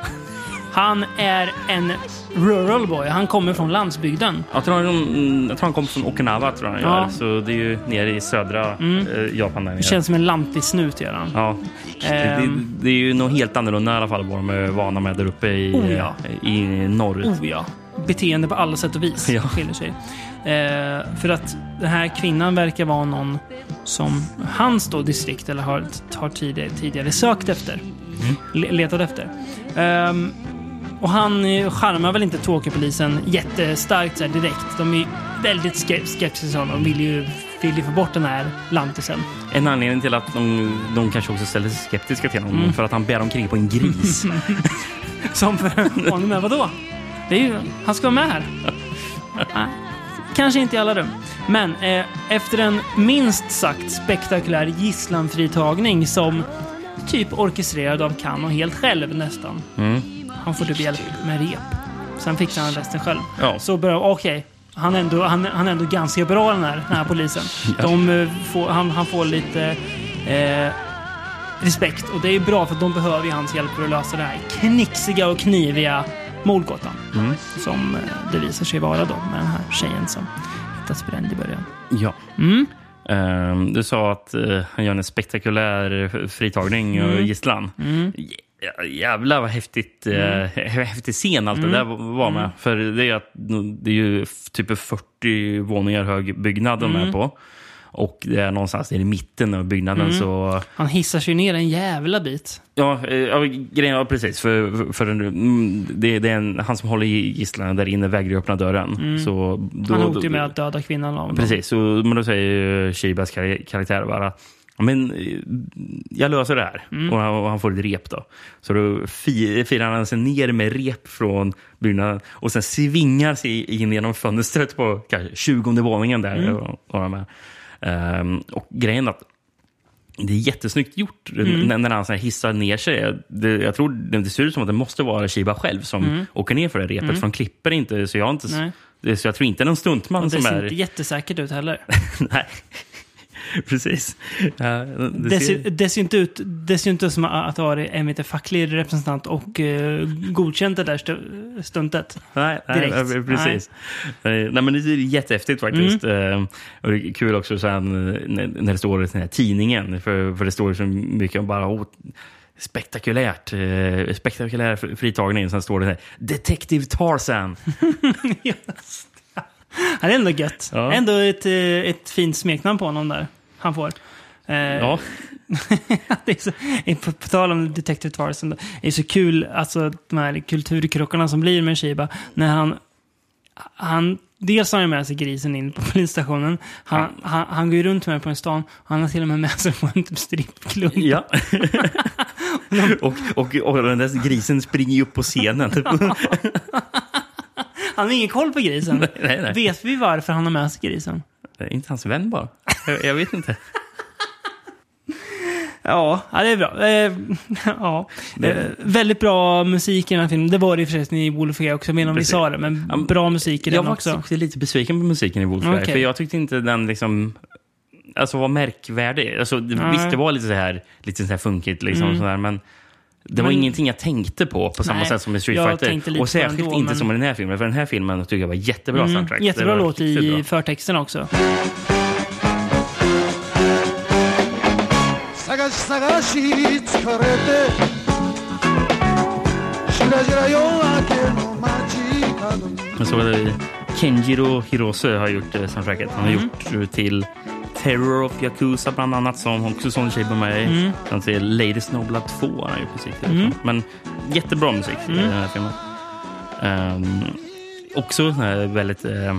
Han är en rural boy. Han kommer från landsbygden. Jag tror han, jag tror han kommer från Okinawa, tror jag. Ja. Gör. Så det är ju nere i södra mm. eh, Japan. Där det känns som en lantisnut, gör han. Ja. Eh. Det, det är ju något helt annorlunda i alla fall vad de är vana med där uppe i, oh, ja. i norr. Oh ja. Beteende på alla sätt och vis ja. skiljer sig. Eh, för att den här kvinnan verkar vara någon som hans då distrikt eller har, har tidigare, tidigare sökt efter. Mm. Letat efter. Um, och han charmar väl inte Tokyo-polisen jättestarkt så här direkt. De är väldigt skeptiska. De vill ju, vill ju få bort den här lantisen. En anledning till att de, de kanske också ställer sig skeptiska till honom mm. för att han bär omkring på en gris. Som för honom med vadå? Det är ju, han ska vara med här. Nej, kanske inte i alla rum. Men eh, efter en minst sagt spektakulär gisslanfritagning som typ orkestrerad av Kano helt själv nästan. Mm. Han får typ hjälp med rep. Sen fick han resten själv. Ja. Så bra, okej. Okay. Han är ändå han, han är ändå ganska bra den här, den här polisen. Ja. De får, han, han får lite eh, respekt. Och det är bra för de behöver ju hans hjälp för att lösa det här knixiga och kniviga mordgåtan. Mm. Som eh, det visar sig vara då med den här tjejen som hittas bränd i början. Ja. Mm. Um, du sa att uh, han gör en spektakulär fritagning och mm. gisslan. Mm. Jävlar vad häftigt mm. äh, häftig scen allt mm. det där var med. Mm. För det är, att, det är ju typ fyrtio våningar hög byggnad de mm. är på. Och det är någonstans i mitten av byggnaden. Mm. Så... Han hissar sig ner en jävla bit. Ja, ja, grejen, ja precis. För, för, för det, det är en, han som håller i gisslan där inne vägrar öppna dörren. Mm. Så då, han hotar ju med att döda kvinnan av. Precis, så, men då säger Shibas karaktär bara Men jag löser det här. Mm. Och, han, och han får ett rep då. Så då firar han sig ner med rep från byggnaden. Och sen svingar sig in genom fönstret på kanske tjugonde våningen där. Mm. Och, och, de här. Um, och grejen att det är jättesnyggt gjort mm. när, när han så här hissar ner sig. Det, jag tror det ser ut som att det måste vara Chiba själv som mm. åker ner för det repet. Mm. För de klipper inte, så jag, inte, det, så jag tror inte någon stuntman som är... Det ser inte jättesäkert ut heller. Nej. Precis. Ja, det, det, ser, det ser inte ut det ser inte ut som att ha en lite facklig representant och uh, godkänt det där st- stuntet. Nej, nej precis. Nej. nej, men det är jättehäftigt faktiskt. Mm. Uh, och det är kul också sen när, när det står i den här tidningen, för, för det står så mycket om bara oh, spektakulärt uh, spektakulär fritagning, sen står det här Detective Tarzan. Just. Han är ändå gött. Ja. Ändå ett, ett fint smeknamn på honom där. Han får. Eh, ja. Det är så, på, på tal om Detective Tarzan, det är så kul, alltså de här kulturkrockarna som blir med Chiba. När han, han dels har han med sig grisen in på polisstationen. Han, ja. han, han går ju runt med på en stan. Han har till och med med sig på en typ strippklubb. Ja. och, och, och den där grisen springer upp på scenen. Han har ingen koll på grisen. Nej, nej, nej. Vet vi varför han har med sig grisen? Det är inte hans vän bara. Jag, jag vet inte. Ja, ja, det är bra. Eh, ja. Eh, väldigt bra musik i den här filmen. Det var det i förresten i Wolfgang också, men om vi sa det. Men ja, bra musik i den också. Jag var också lite besviken på musiken i Wolfgang. Okay. För jag tyckte inte den liksom... Alltså var märkvärdig. Alltså, ja. Visst, det var lite så här, lite så här funkigt liksom, mm. sådär, men... Det var men, ingenting jag tänkte på på samma nej, sätt som i Street Fighter. Och särskilt ändå, inte men... som i den här filmen. För den här filmen tycker jag var jättebra mm, soundtrack. Jättebra låt i bra. Förtexten också. Jag såg att Kenjiro Hirose har gjort soundtracket. Han har mm. gjort till... Terror of Yakuza bland annat, som också sån Chiba med mm. han säger Lady Snowblood två har han gjort musik till. Mm. Men jättebra musik mm. i den här filmen. Um, också här väldigt uh,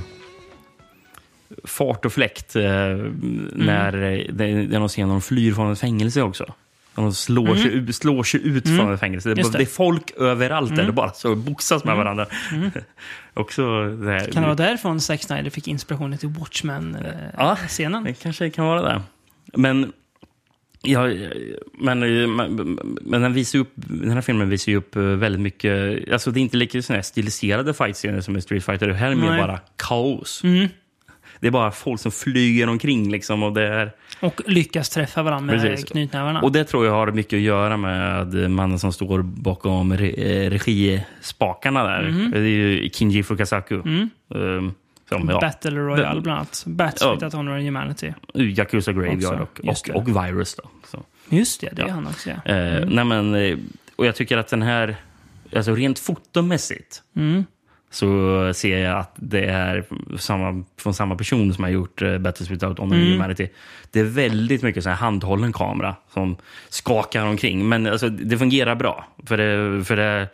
fart och fläkt uh, mm. när det, det är någon scen när de flyr från ett fängelse också. De slår, mm. sig, slår sig ut mm. från ett fängelse. Det, det. det är folk överallt mm. där det bara så boxas med mm. varandra. Mm. också det här. Kan det vara därifrån Zack Snyder fick inspirationen till Watchmen-scenen? Ja, det kanske kan vara det. Men, ja, men, men, men den, visar upp, den här filmen visar ju upp väldigt mycket... Alltså det är inte lika sån här stiliserade fight-scener som i Street Fighter. Det här är mer bara kaos. Mm. Det är bara folk som flyger omkring liksom, och det är... Och lyckas träffa varandra med precis. Knytnävarna. Och det tror jag har mycket att göra med mannen som står bakom re- regispakarna där. Mm. Det är ju Kinji Fukasaku. Mm. Um, som, ja. Battle Royale bland annat. Battle ja. Honor and Humanity. Yakuza Graveyard och, och, och Virus då. Så. Just det, det är ja. han också. Ja. Mm. Uh, nej men, och jag tycker att den här, alltså rent fotomässigt, mm. så ser jag att det är samma, från samma person som har gjort uh, Battles Without Honor and Humanity. Det är väldigt mycket så här handhållen kamera som skakar omkring. Men alltså, det fungerar bra. För det... För det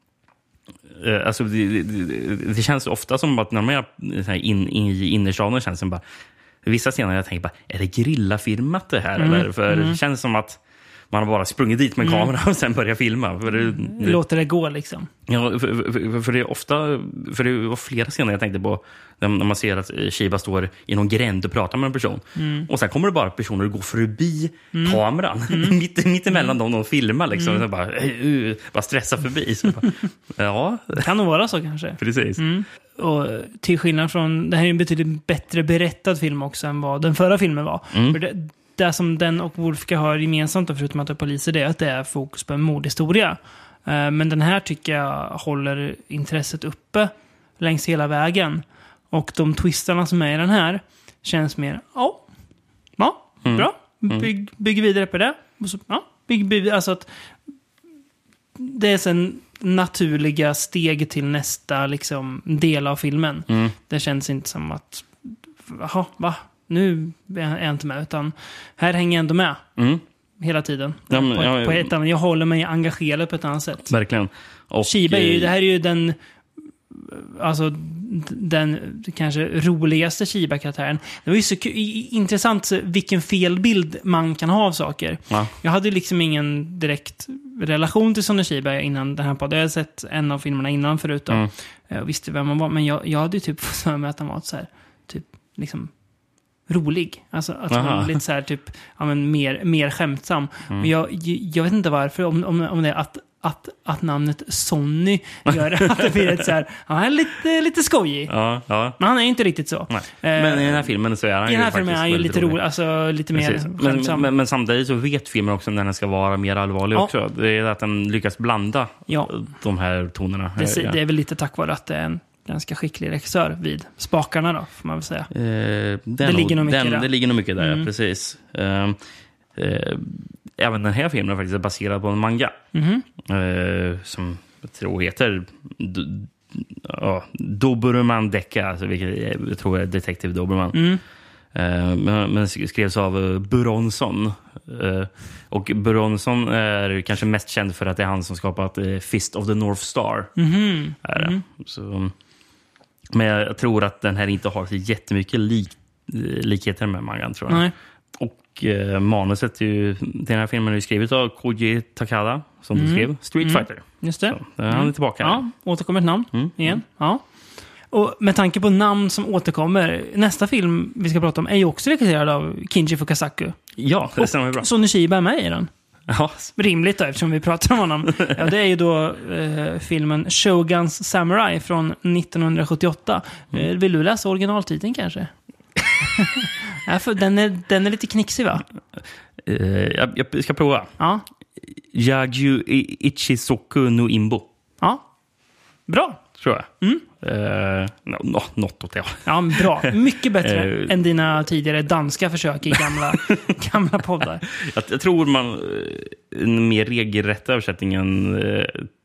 uh, alltså, det, det, det känns ofta som att när man är så här in, in, i innerstaden känns det som bara... Vissa scener jag tänker bara, är det grillafilmat det här? Mm. Eller? För mm. det känns som att man har bara sprungit dit med en kamera mm. och sen börjar filma. För det, det, låter det gå liksom. Ja, för, för, för det är ofta... För det var flera scener jag tänkte på när man ser att Chiba står i någon gränd och pratar med en person. Mm. Och sen kommer det bara personer och går förbi mm. kameran. Mm. mitt, mitt emellan dem de filmar liksom. Mm. Och bara, uh, bara stressa förbi. Så bara, ja. Det kan nog vara så kanske. Precis. Mm. Och till skillnad från... Det här är en betydligt bättre berättad film också än vad den förra filmen var. Mm. För det, det som den och Wolfgang har gemensamt, förutom att det är poliser, det är att det är fokus på en mordhistoria. Men den här tycker jag håller intresset uppe längs hela vägen. Och de twistarna som är i den här känns mer, ja, ja, mm. bra. Bygg, bygg vidare på det. Och så, ja, bygg, bygg, alltså att det är sen naturliga steg till nästa liksom, del av filmen. Mm. Det känns inte som att, jaha, va? Nu är jag inte med, utan här hänger jag ändå med. Mm. Hela tiden. Ja, men, på, ja, på ett annat, jag håller mig engagerad på ett annat sätt. Verkligen. Och Chiba är ju, det här är ju den alltså den kanske roligaste Chiba-karaktären. Det var ju så k- intressant vilken felbild man kan ha av saker. Ja. Jag hade liksom ingen direkt relation till Sonny Chiba innan den här podden. Jag hade sett en av filmerna innan förut. Mm. Jag visste vem man var. Men jag, jag hade ju typ fått för mig att han var så här, typ liksom rolig. Alltså att han var lite så här typ ja, men mer, mer skämtsam. Mm. Men jag, jag vet inte varför. Om, om, om det är att Att, att namnet Sonny gör att det blir ett så här, han är lite, lite skojig. Ja, ja. Men han är inte riktigt så. Nej. Men i den här filmen så är han I den här ju filmen är han ju lite rolig. Alltså lite mer men, men, men samtidigt så vet filmen också när den ska vara mer allvarlig ja. också. Det är att den lyckas blanda ja. de här tonerna. Det, det är väl lite tack vare att det är en ganska skicklig regissör vid spakarna då, får man väl säga. Eh, det, ligger nog mycket den, där. det ligger nog mycket där, mm. precis. Uh, uh, Även den här filmen är faktiskt baserad på en manga. Mm-hmm. eh, som jag tror heter D- ja, Doberman Deka. Alltså, vilket jag tror är Detective Doberman. Mm. Eh, men, men skrevs av uh, Buronson. Eh, och Buronson är kanske mest känd för att det är han som skapat uh, Fist of the North Star. Mm-hmm. Är det. Mm. Så, men jag tror att den här inte har så jättemycket lik, likheter med mangan, tror jag. Nej. Och eh, manuset till ju, den här filmen är ju skrivet av Koji Takada, som mm. du skrev Street Fighter. Mm. Just det. Så, mm. han är tillbaka. Ja, återkommer ett namn mm. igen. Ja. Och med tanke på namn som återkommer, nästa film vi ska prata om är ju också regisserad av Kinji Fukasaku. Ja, det stämmer bra. Sonny Chiba är med i den. Ja. Rimligt då, eftersom vi pratar om honom. Ja, det är ju då eh, filmen Shoguns Samurai från nittonhundrasjuttioåtta. Mm. Eh, vill du läsa originaltiteln kanske? Ja, för den, är, den är lite knixig, va? Uh, jag, jag ska prova. Ja. Yagyu Ichisoku no Imbo. Ja. Bra. Tror jag. Mm. Uh, no, no, något åt det. Ja, bra. Mycket bättre uh, än dina tidigare danska försök i gamla, gamla poddar. Jag, jag tror man en mer regelrätta översättningen uh,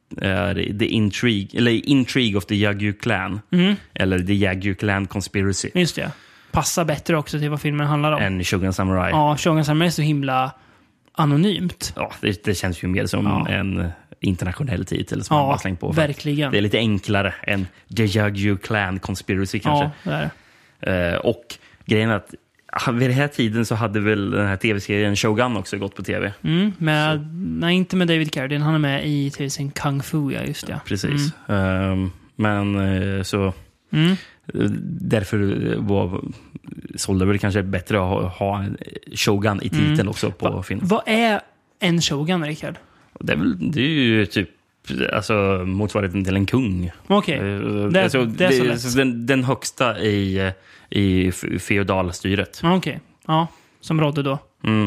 är The Intrigue, eller Intrigue of the Yagyu Clan. Mm. Eller The Yagyu Clan Conspiracy. Just det. Passar bättre också till vad filmen handlar om. Än Shogun Samurai. Ja, Shogun Samurai är så himla anonymt. Ja, det, det känns ju mer som ja. en internationell titel som ja, man bara slängt på. Verkligen. Det är lite enklare än The Yagyu Clan Conspiracy kanske. Ja, det är det. Uh, och grejen är att vid den här tiden så hade väl den här tv-serien Shogun också gått på tv. Mm, med, nej, inte med David Carradine. Han är med i tv-serien Kung Fu, ja, just det. Precis. Mm. Uh, men uh, så... Mm. Därför var, sålde det kanske bättre att ha, ha en Shogun i titeln mm. också på Va, filmen. Vad är en Shogun, Rickard? Det är, väl, det är ju typ alltså, motsvarigheten till en kung. Okej, okay. uh, det, alltså, det är så lätt. Alltså, den, den högsta i, i feodalstyret. Okej, okay. Ja, som rådde då. Mm.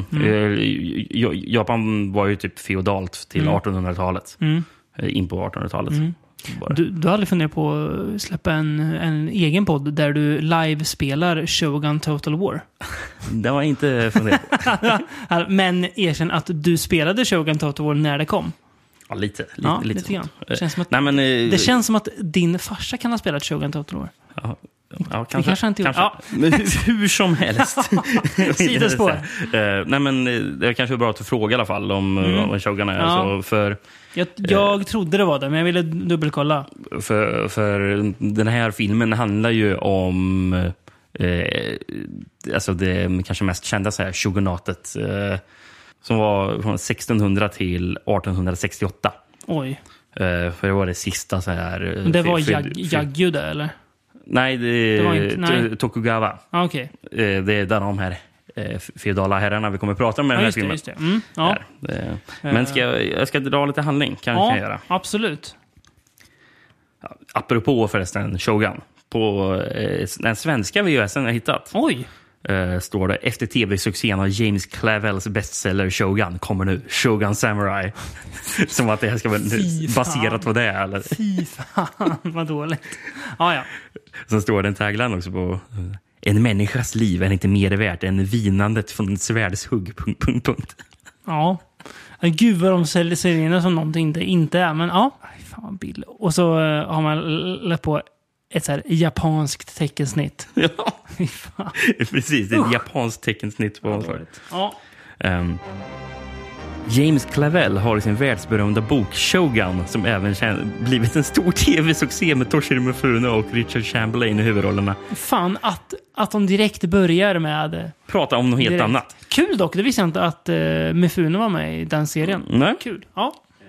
Mm. Japan var ju typ feodalt till mm. artonhundratalet. Mm. In på artonhundratalet. Mm. Du, du har aldrig funderat på att släppa en, en egen podd där du live spelar Shogun Total War? Det var inte funderat på. Men erkänn att du spelade Shogun Total War när det kom. Ja, lite. lite, ja, lite, lite grann. Det känns, som att, Nej, men, det känns som att din farsa kan ha spelat Shogun Total War. Ja, ja, kanske. kanske inte kanske. Ja. Men hur som helst. Sidospår. uh, nej, men det är kanske bra att fråga i alla fall om mm. vad Shogun är. Ja. Alltså, för, jag jag uh, trodde det var det, men jag ville dubbelkolla. För, för den här filmen handlar ju om uh, alltså det kanske mest kända så här, shogunatet uh, som var från sextonhundra till artonhundrasextioåtta. Oj. Uh, för det var det sista så här... Men det var Yagyu där, eller? Nej, det, det var inte, nej. Tokugawa. Ah, okay. Det är där de här feodala herrarna vi kommer att prata om med ja, den här filmen. Just det. Mm, ja. det, men ska jag, jag ska dra lite handling, kan ja, jag göra. Absolut. Ja, apropå förresten Shogun. På eh, den svenska V H S:en jag hittat. Oj. Uh, står det efter tv-succén av James Clavells bestseller Shogun kommer nu Shogun Samurai. Som att det här ska vara baserat på det eller? Fy fan, vad dåligt. Ah, ja. Sen står det en tagline också på uh, en människas liv är inte mer värt än vinandet från en svärdshugg. Punkt, punkt, punkt. Ja. Gud vad de säljer serierna som någonting inte, inte är. Men ja, fan vad bild. Och så uh, har man lagt på ett så här japanskt teckensnitt. Ja, precis. Det är ett japanskt teckensnitt på ja. ja. Um, James Clavell har i sin världsberömda bok Shogun, som även blivit en stor tv-succé med Toshiro Mifune och Richard Chamberlain i huvudrollerna. Fan, att, att de direkt börjar med... Prata om något helt direkt. annat. Kul dock, det visste jag inte att uh, Mifune var med i den serien. Nej. Kul, ja.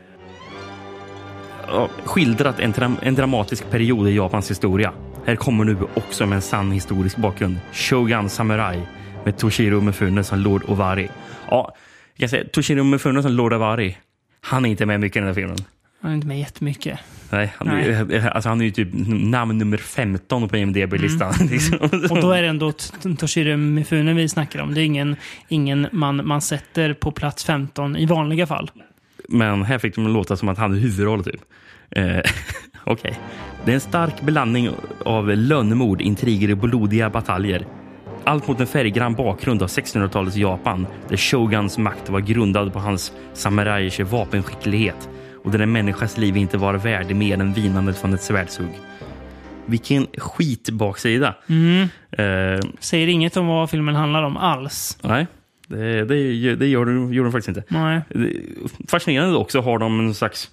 Ja, skildrat en, dra- en dramatisk period i Japans historia. Här kommer nu också med en sann historisk bakgrund. Shogun Samurai med Toshiro Mifune som Lord Owari. Ja, jag kan säga Toshiro Mifune som Lord Owari. Han är inte med mycket i den här filmen. Han är inte med jättemycket. Nej, han, Nej. Är, alltså han är ju typ namn nummer femton på I M D B-listan. Mm. liksom. Och då är det ändå Toshiro Mifune vi snackar om. Det är ingen, ingen man, man sätter på plats femton i vanliga fall. Men här fick de låta som att han är huvudroll typ. Eh, Okej. Okay. Det är en stark blandning av lönnmord, intriger och blodiga bataljer. Allt mot en färggrann bakgrund av sextonhundratalets Japan, där Shoguns makt var grundad på hans samurajers vapenskicklighet och där en människas liv inte var värd mer än vinandet från ett svärdshugg. Vilken skitbaksida. Mm. Eh, Säger inget om vad filmen handlar om alls. Nej, det, det, det gör, de, gör de faktiskt inte. Nej. Fascinerande också har de en slags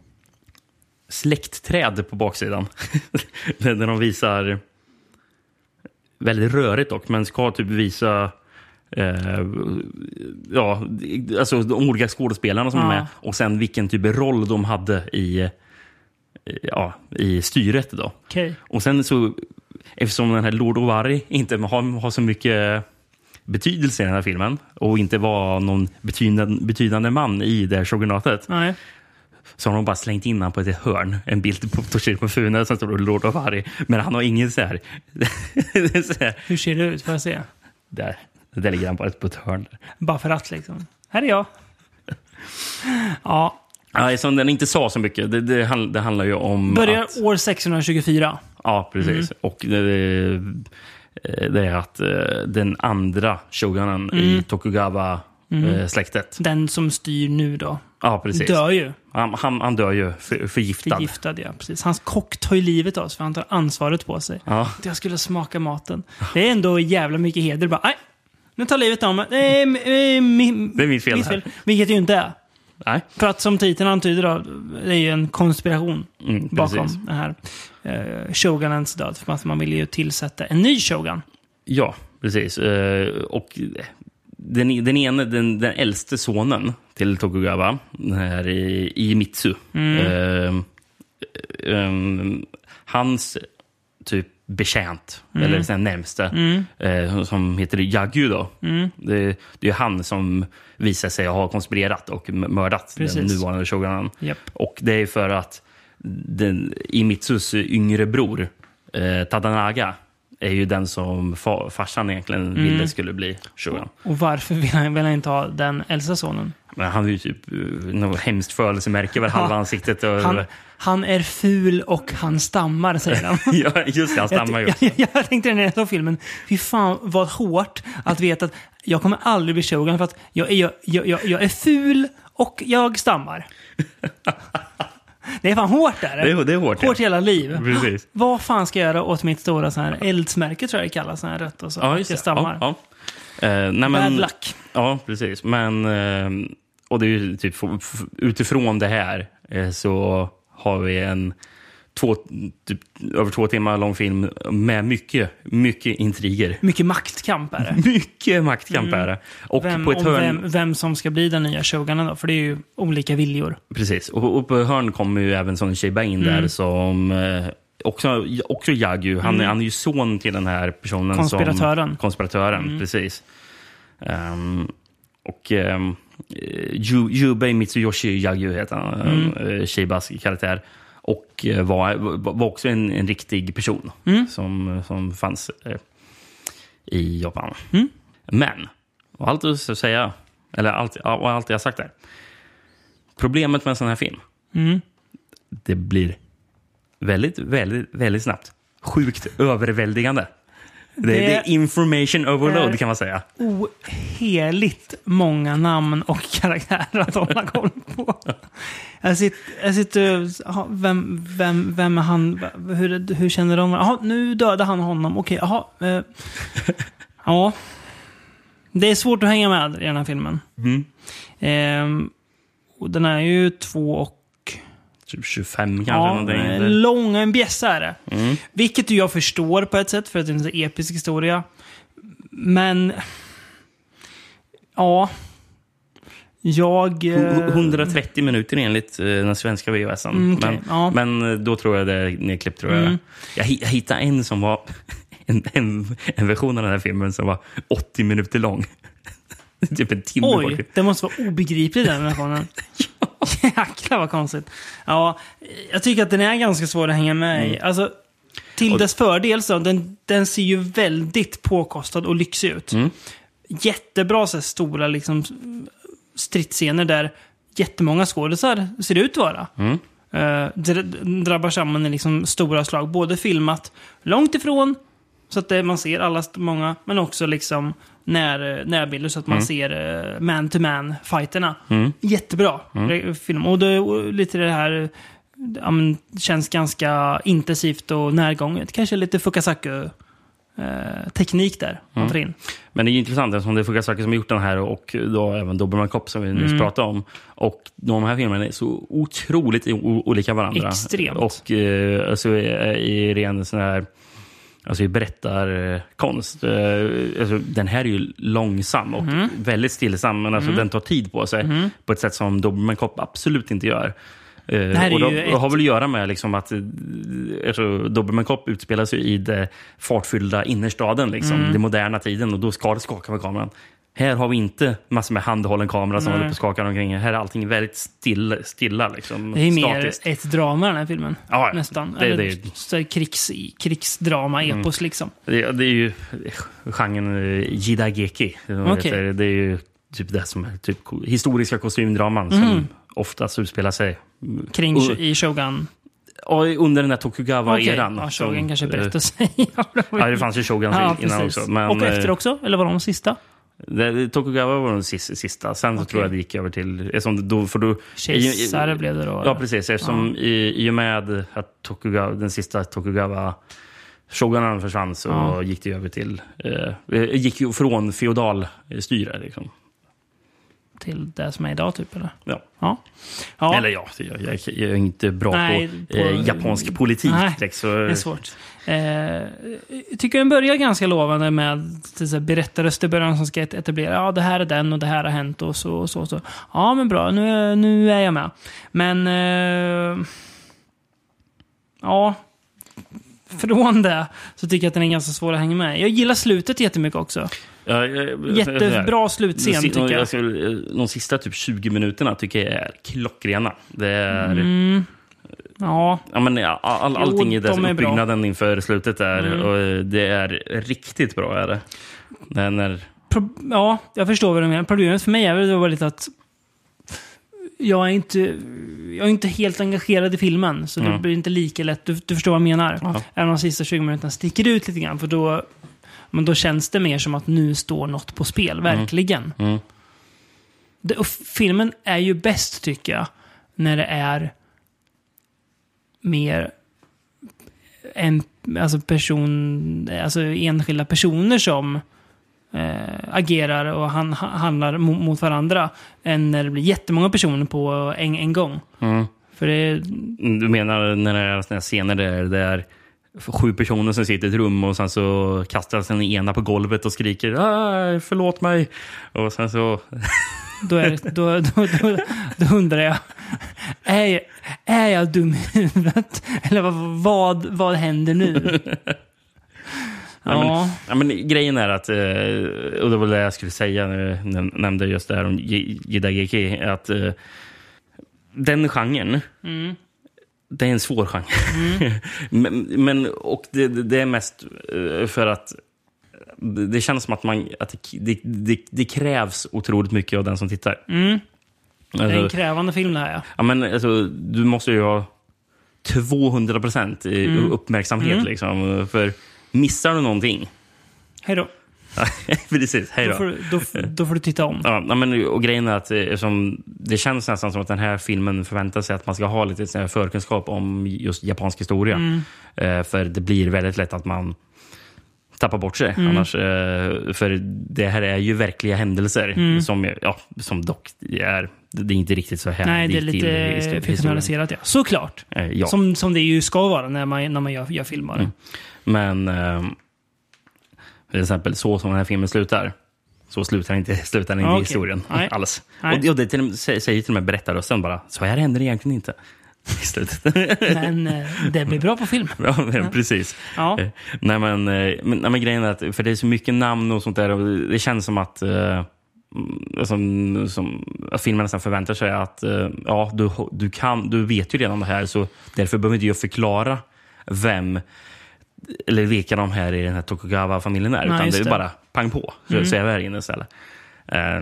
släktträd på baksidan. Där de visar... Väldigt rörigt dock, men ska typ visa eh, ja, alltså de olika skådespelarna som ja. är med och sen vilken typ av roll de hade i ja, i styret då. Okay. Och sen så eftersom den här Lord Owari inte har, har så mycket betydelse i den här filmen och inte var någon betydande, betydande man i det här shogunatet. Nej. Så har de bara slängt in han på ett hörn. En bild på Toshiro Mifune som står Lord Owari. Men han har ingen så här... så här. Hur ser det ut? Får jag se? Där, där ligger han bara på ett hörn. Bara för att liksom. Här är jag. Ja. Ja, som den inte sa så mycket. Det, det, handl, det handlar ju om... Börjar att, år sexhundratjugofyra. Ja, precis. Mm. Och det, det är att den andra shogunen mm. i Tokugawa-släktet. Mm. Den som styr nu då. Ja, precis. Dör ju. Han, han, han dör ju för, förgiftad. Förgiftad, ja. Precis. Hans kock tar ju livet av sig för han tar ansvaret på sig. Ja. Att jag skulle smaka maten. Det är ändå jävla mycket heder. Bara, nej, nu tar livet av mig. Det är, äh, mi, det är mitt fel. Mitt fel. Vilket ju inte är. Nej. För att som titeln antyder då, det är ju en konspiration mm, bakom den här uh, shogunens död. För att man vill ju tillsätta en ny shogun. Ja, precis. Uh, och... Den, den ena, den, den äldste sonen till Tokugawa, den här Iemitsu, mm. eh, eh, hans typ betjänt, mm. eller sen närmste, mm. eh, som heter Yagyu då. Mm. Det, det är han som visar sig ha konspirerat och mördat Precis. Den nuvarande shogunen. Yep. Och det är för att den, Iemitsus yngre bror, eh, Tadanaga, är ju den som fa- farsan egentligen mm. ville skulle bli shogun. Och varför vill han, vill han inte ha den äldsta sonen? Men han är ju typ uh, något hemskt födelsemärke över halva ansiktet. Och, han, han är ful och han stammar, säger han. Ja, just det, han stammar ju också. Jag, jag, jag tänkte när jag såg filmen, fy fan vad hårt att veta att jag kommer aldrig bli shogun för att jag är, jag, jag, jag, jag är ful och jag stammar. Det är fan hårt där. Det är, det är hårt. Hårt ja. hela liv. Precis. Vad fan ska jag göra åt mitt stora så här eldsmärke, tror jag det kallas, så här rött och så. Ja, just det. Jag stammar. Ja, ja. Uh, nej, men, Bad luck. Ja, precis. Men, uh, och det är ju typ utifrån det här uh, så har vi en två, typ, över två timmar lång film med mycket, mycket intriger. Mycket maktkamp är det. Mycket maktkamp mm. är det. Och vem, på ett hörn... vem, vem som ska bli den nya shogunen då, för det är ju olika viljor. Precis, och, och på hörn kommer ju även sån Shiba in mm. där som eh, också, också Yagyu. Han, mm. han är ju son till den här personen. Konspiratören. Som, konspiratören, mm. precis. Um, och um, Yu, Yubei Mitsuyoshi Yagyu heter han, mm. uh, Shibas karaktär. Och uh, var, var också en, en riktig person mm. som, som fanns uh, i Japan. Mm. Men, och allt att säga, eller allt, och allt jag har sagt där. Problemet med en sån här film, mm. det blir väldigt, väldigt, väldigt snabbt sjukt överväldigande. Det, det, det är information overload kan man säga. Oheligt många namn och karaktärer att hålla koll på. Jag sitter, jag sitter vem, vem, vem är han? Hur, hur känner de? Jaha, nu dödade han honom. Okej, jaha. Eh, ja. Det är svårt att hänga med i den här filmen. Mm. Ehm, och den är ju två och... Typ tjugofem kanske. Ja, någonting. långa en bjässa är det. Mm. Vilket jag förstår på ett sätt, för att det är en så episk historia. Men... Ja... Jag... hundratrettio minuter enligt den svenska V H S:en. Mm, okay, men, ja. men då tror jag det är nedklippt, tror jag. Mm. Jag hittade en som var... En, en, en version av den här filmen som var åttio minuter lång. Typ en timme. Oj, bort. Det måste vara obegripligt den versionen. Ja. Jäklar vad konstigt. Ja, jag tycker att den är ganska svår att hänga med i. Mm. Alltså, till och dess fördel så, den, den ser ju väldigt påkostad och lyxig ut. Mm. Jättebra så här, stora liksom stridsscener där jättemånga skådisar ser ut att vara. Mm. Uh, det drabbar samman i liksom stora slag. Både filmat långt ifrån så att det, man ser alla många, men också liksom när, närbilder så att man mm. ser uh, man-to-man fighterna. Mm. Jättebra mm. film. Och, det, och lite det här ja, men, känns ganska intensivt och närgånget. Kanske lite Fukasaku Eh, teknik där man tar in. Mm. Men det är ju intressant eftersom det är Fukasaku som har gjort den här och då även Doberman Cop som vi nyss mm. pratade om. Och de här filmerna är så otroligt olika varandra. Extremt. Och eh, alltså, i ren sån här alltså i berättarkonst. Eh, alltså, den här är ju långsam och mm. väldigt stillsam, men alltså, mm. den tar tid på sig mm. på ett sätt som Doberman Cop absolut inte gör. Uh, och det ett... har väl att göra med liksom att alltså, Doberman Cop utspelar sig i det fartfyllda innerstaden, liksom, mm. den moderna tiden, och då ska det skaka med kameran. Här har vi inte massor med handhållen kamera som håller på att skaka omkring. Här är allting väldigt stilla, stilla liksom, det är statiskt. Mer ett drama den här filmen. Ja, nästan. Det, Eller det, så krigs, krigsdrama, epos mm. liksom. Det, det är ju genren uh, Jidageki. Okay. Det är ju typ det som är typ historiska kostymdraman mm. som oftast utspelar sig kring uh, i Shogun. Och under den här Tokugawa-eran. Okay. Ja, Shogun som, kanske berättar sig. Ja, det fanns ju Shogun ja, innan precis. Också. Men, och efter också? Eller var de sista? Det, Tokugawa var de sista. Sen okay. så tror jag det gick över till... Eftersom då, för då, Kejsare blev det då? Ja, precis. Eftersom ja. i, i och med att Tokugawa, den sista Tokugawa Shogunen försvann så ja. gick det över till... Eh, gick ju från feodalstyre liksom. Till det som är idag typ, eller? Ja. Ja. ja. Eller ja, jag, jag, jag är inte bra nej, på, på eh, japansk politik. Nej, direkt, så... det är svårt. Eh, jag tycker den börjar ganska lovande med berättarröster i början som ska etablera. Ja, det här är den och det här har hänt och så och så, och så. Ja, men bra. Nu är, nu är jag med. Men... Eh, ja... Från det så tycker jag att den är ganska svår att hänga med. Jag gillar slutet jättemycket också. Ja, jag, jättebra slutscen tycker jag. jag ska, de sista typ tjugo minuterna tycker jag är klockrena. Det är... Mm. Ja. Ja, men all, all, allting jo, i den uppbyggnaden bra. Inför slutet är mm. och det är riktigt bra är det. Den är... Pro- ja, jag förstår vad du menar. Problemet för mig är väl det lite att jag är inte jag är inte helt engagerad i filmen, så mm. det blir inte lika lätt. Du, du förstår vad jag menar. Ja. Även de sista tjugo minuterna sticker ut lite grann, för då, men då känns det mer som att nu står något på spel, verkligen. Mm. Mm. Det, och filmen är ju bäst tycker jag när det är mer en alltså person, alltså enskilda personer som Äh, agerar och han, handlar mot, mot varandra än när det blir jättemånga personer på en, en gång. Mm. För det... Du menar när det är såna här scener där det är sju personer som sitter i ett rum och sen så kastas den ena på golvet och skriker förlåt mig, och sen så då, är det, då, då, då, då undrar jag är jag, är jag dum i huvudet? Eller vad, vad, vad händer nu? Ja. Ja, men, ja, men grejen är att, och det var det jag skulle säga när jag nämnde just det här om Jidageki, att den genren, mm. det är en svår genre. Mm. men, men, och det, det är mest för att det känns som att, man, att det, det, det krävs otroligt mycket av den som tittar. Mm. Det är en krävande film det här, ja. Ja, men alltså, du måste ju ha tvåhundra procent mm. uppmärksamhet mm. liksom, för missar du någonting? Hej då. Precis, hej då. Då får, då, då får du titta om. Ja, men, och grejen är att eftersom det känns nästan som att den här filmen förväntar sig att man ska ha lite sån förkunskap om just japansk historia. Mm. Eh, för det blir väldigt lätt att man tappa bort sig. Mm. Annars, eh, för det här är ju verkliga händelser mm. som, ja, som dock är, det är inte riktigt så här. Nej, det är lite fiktionaliserat, ja. Såklart. Eh, ja. Som, som det ju ska vara när man, när man gör, gör filmer. Mm. Men eh, till exempel så som den här filmen slutar, så slutar inte, slutar inte okay. historien Nej. alls. Nej. Och, och det till, säger till och med berättarrösten bara, så här händer det egentligen inte. I slutet. Men eh, det blir bra på film. Ja, men, precis. Ja. Eh, nej, men, eh, men, nej, men grejen är att, för det är så mycket namn och sånt där, och det känns som att eh, som, som, att filmen nästan förväntar sig att eh, ja, du, du, kan, du vet ju redan det här, så därför behöver inte jag förklara vem eller vilka de här i den här Tokugawa-familjen är, nej, utan det är det. bara pang på, så, mm. så är jag här inne istället. Eh,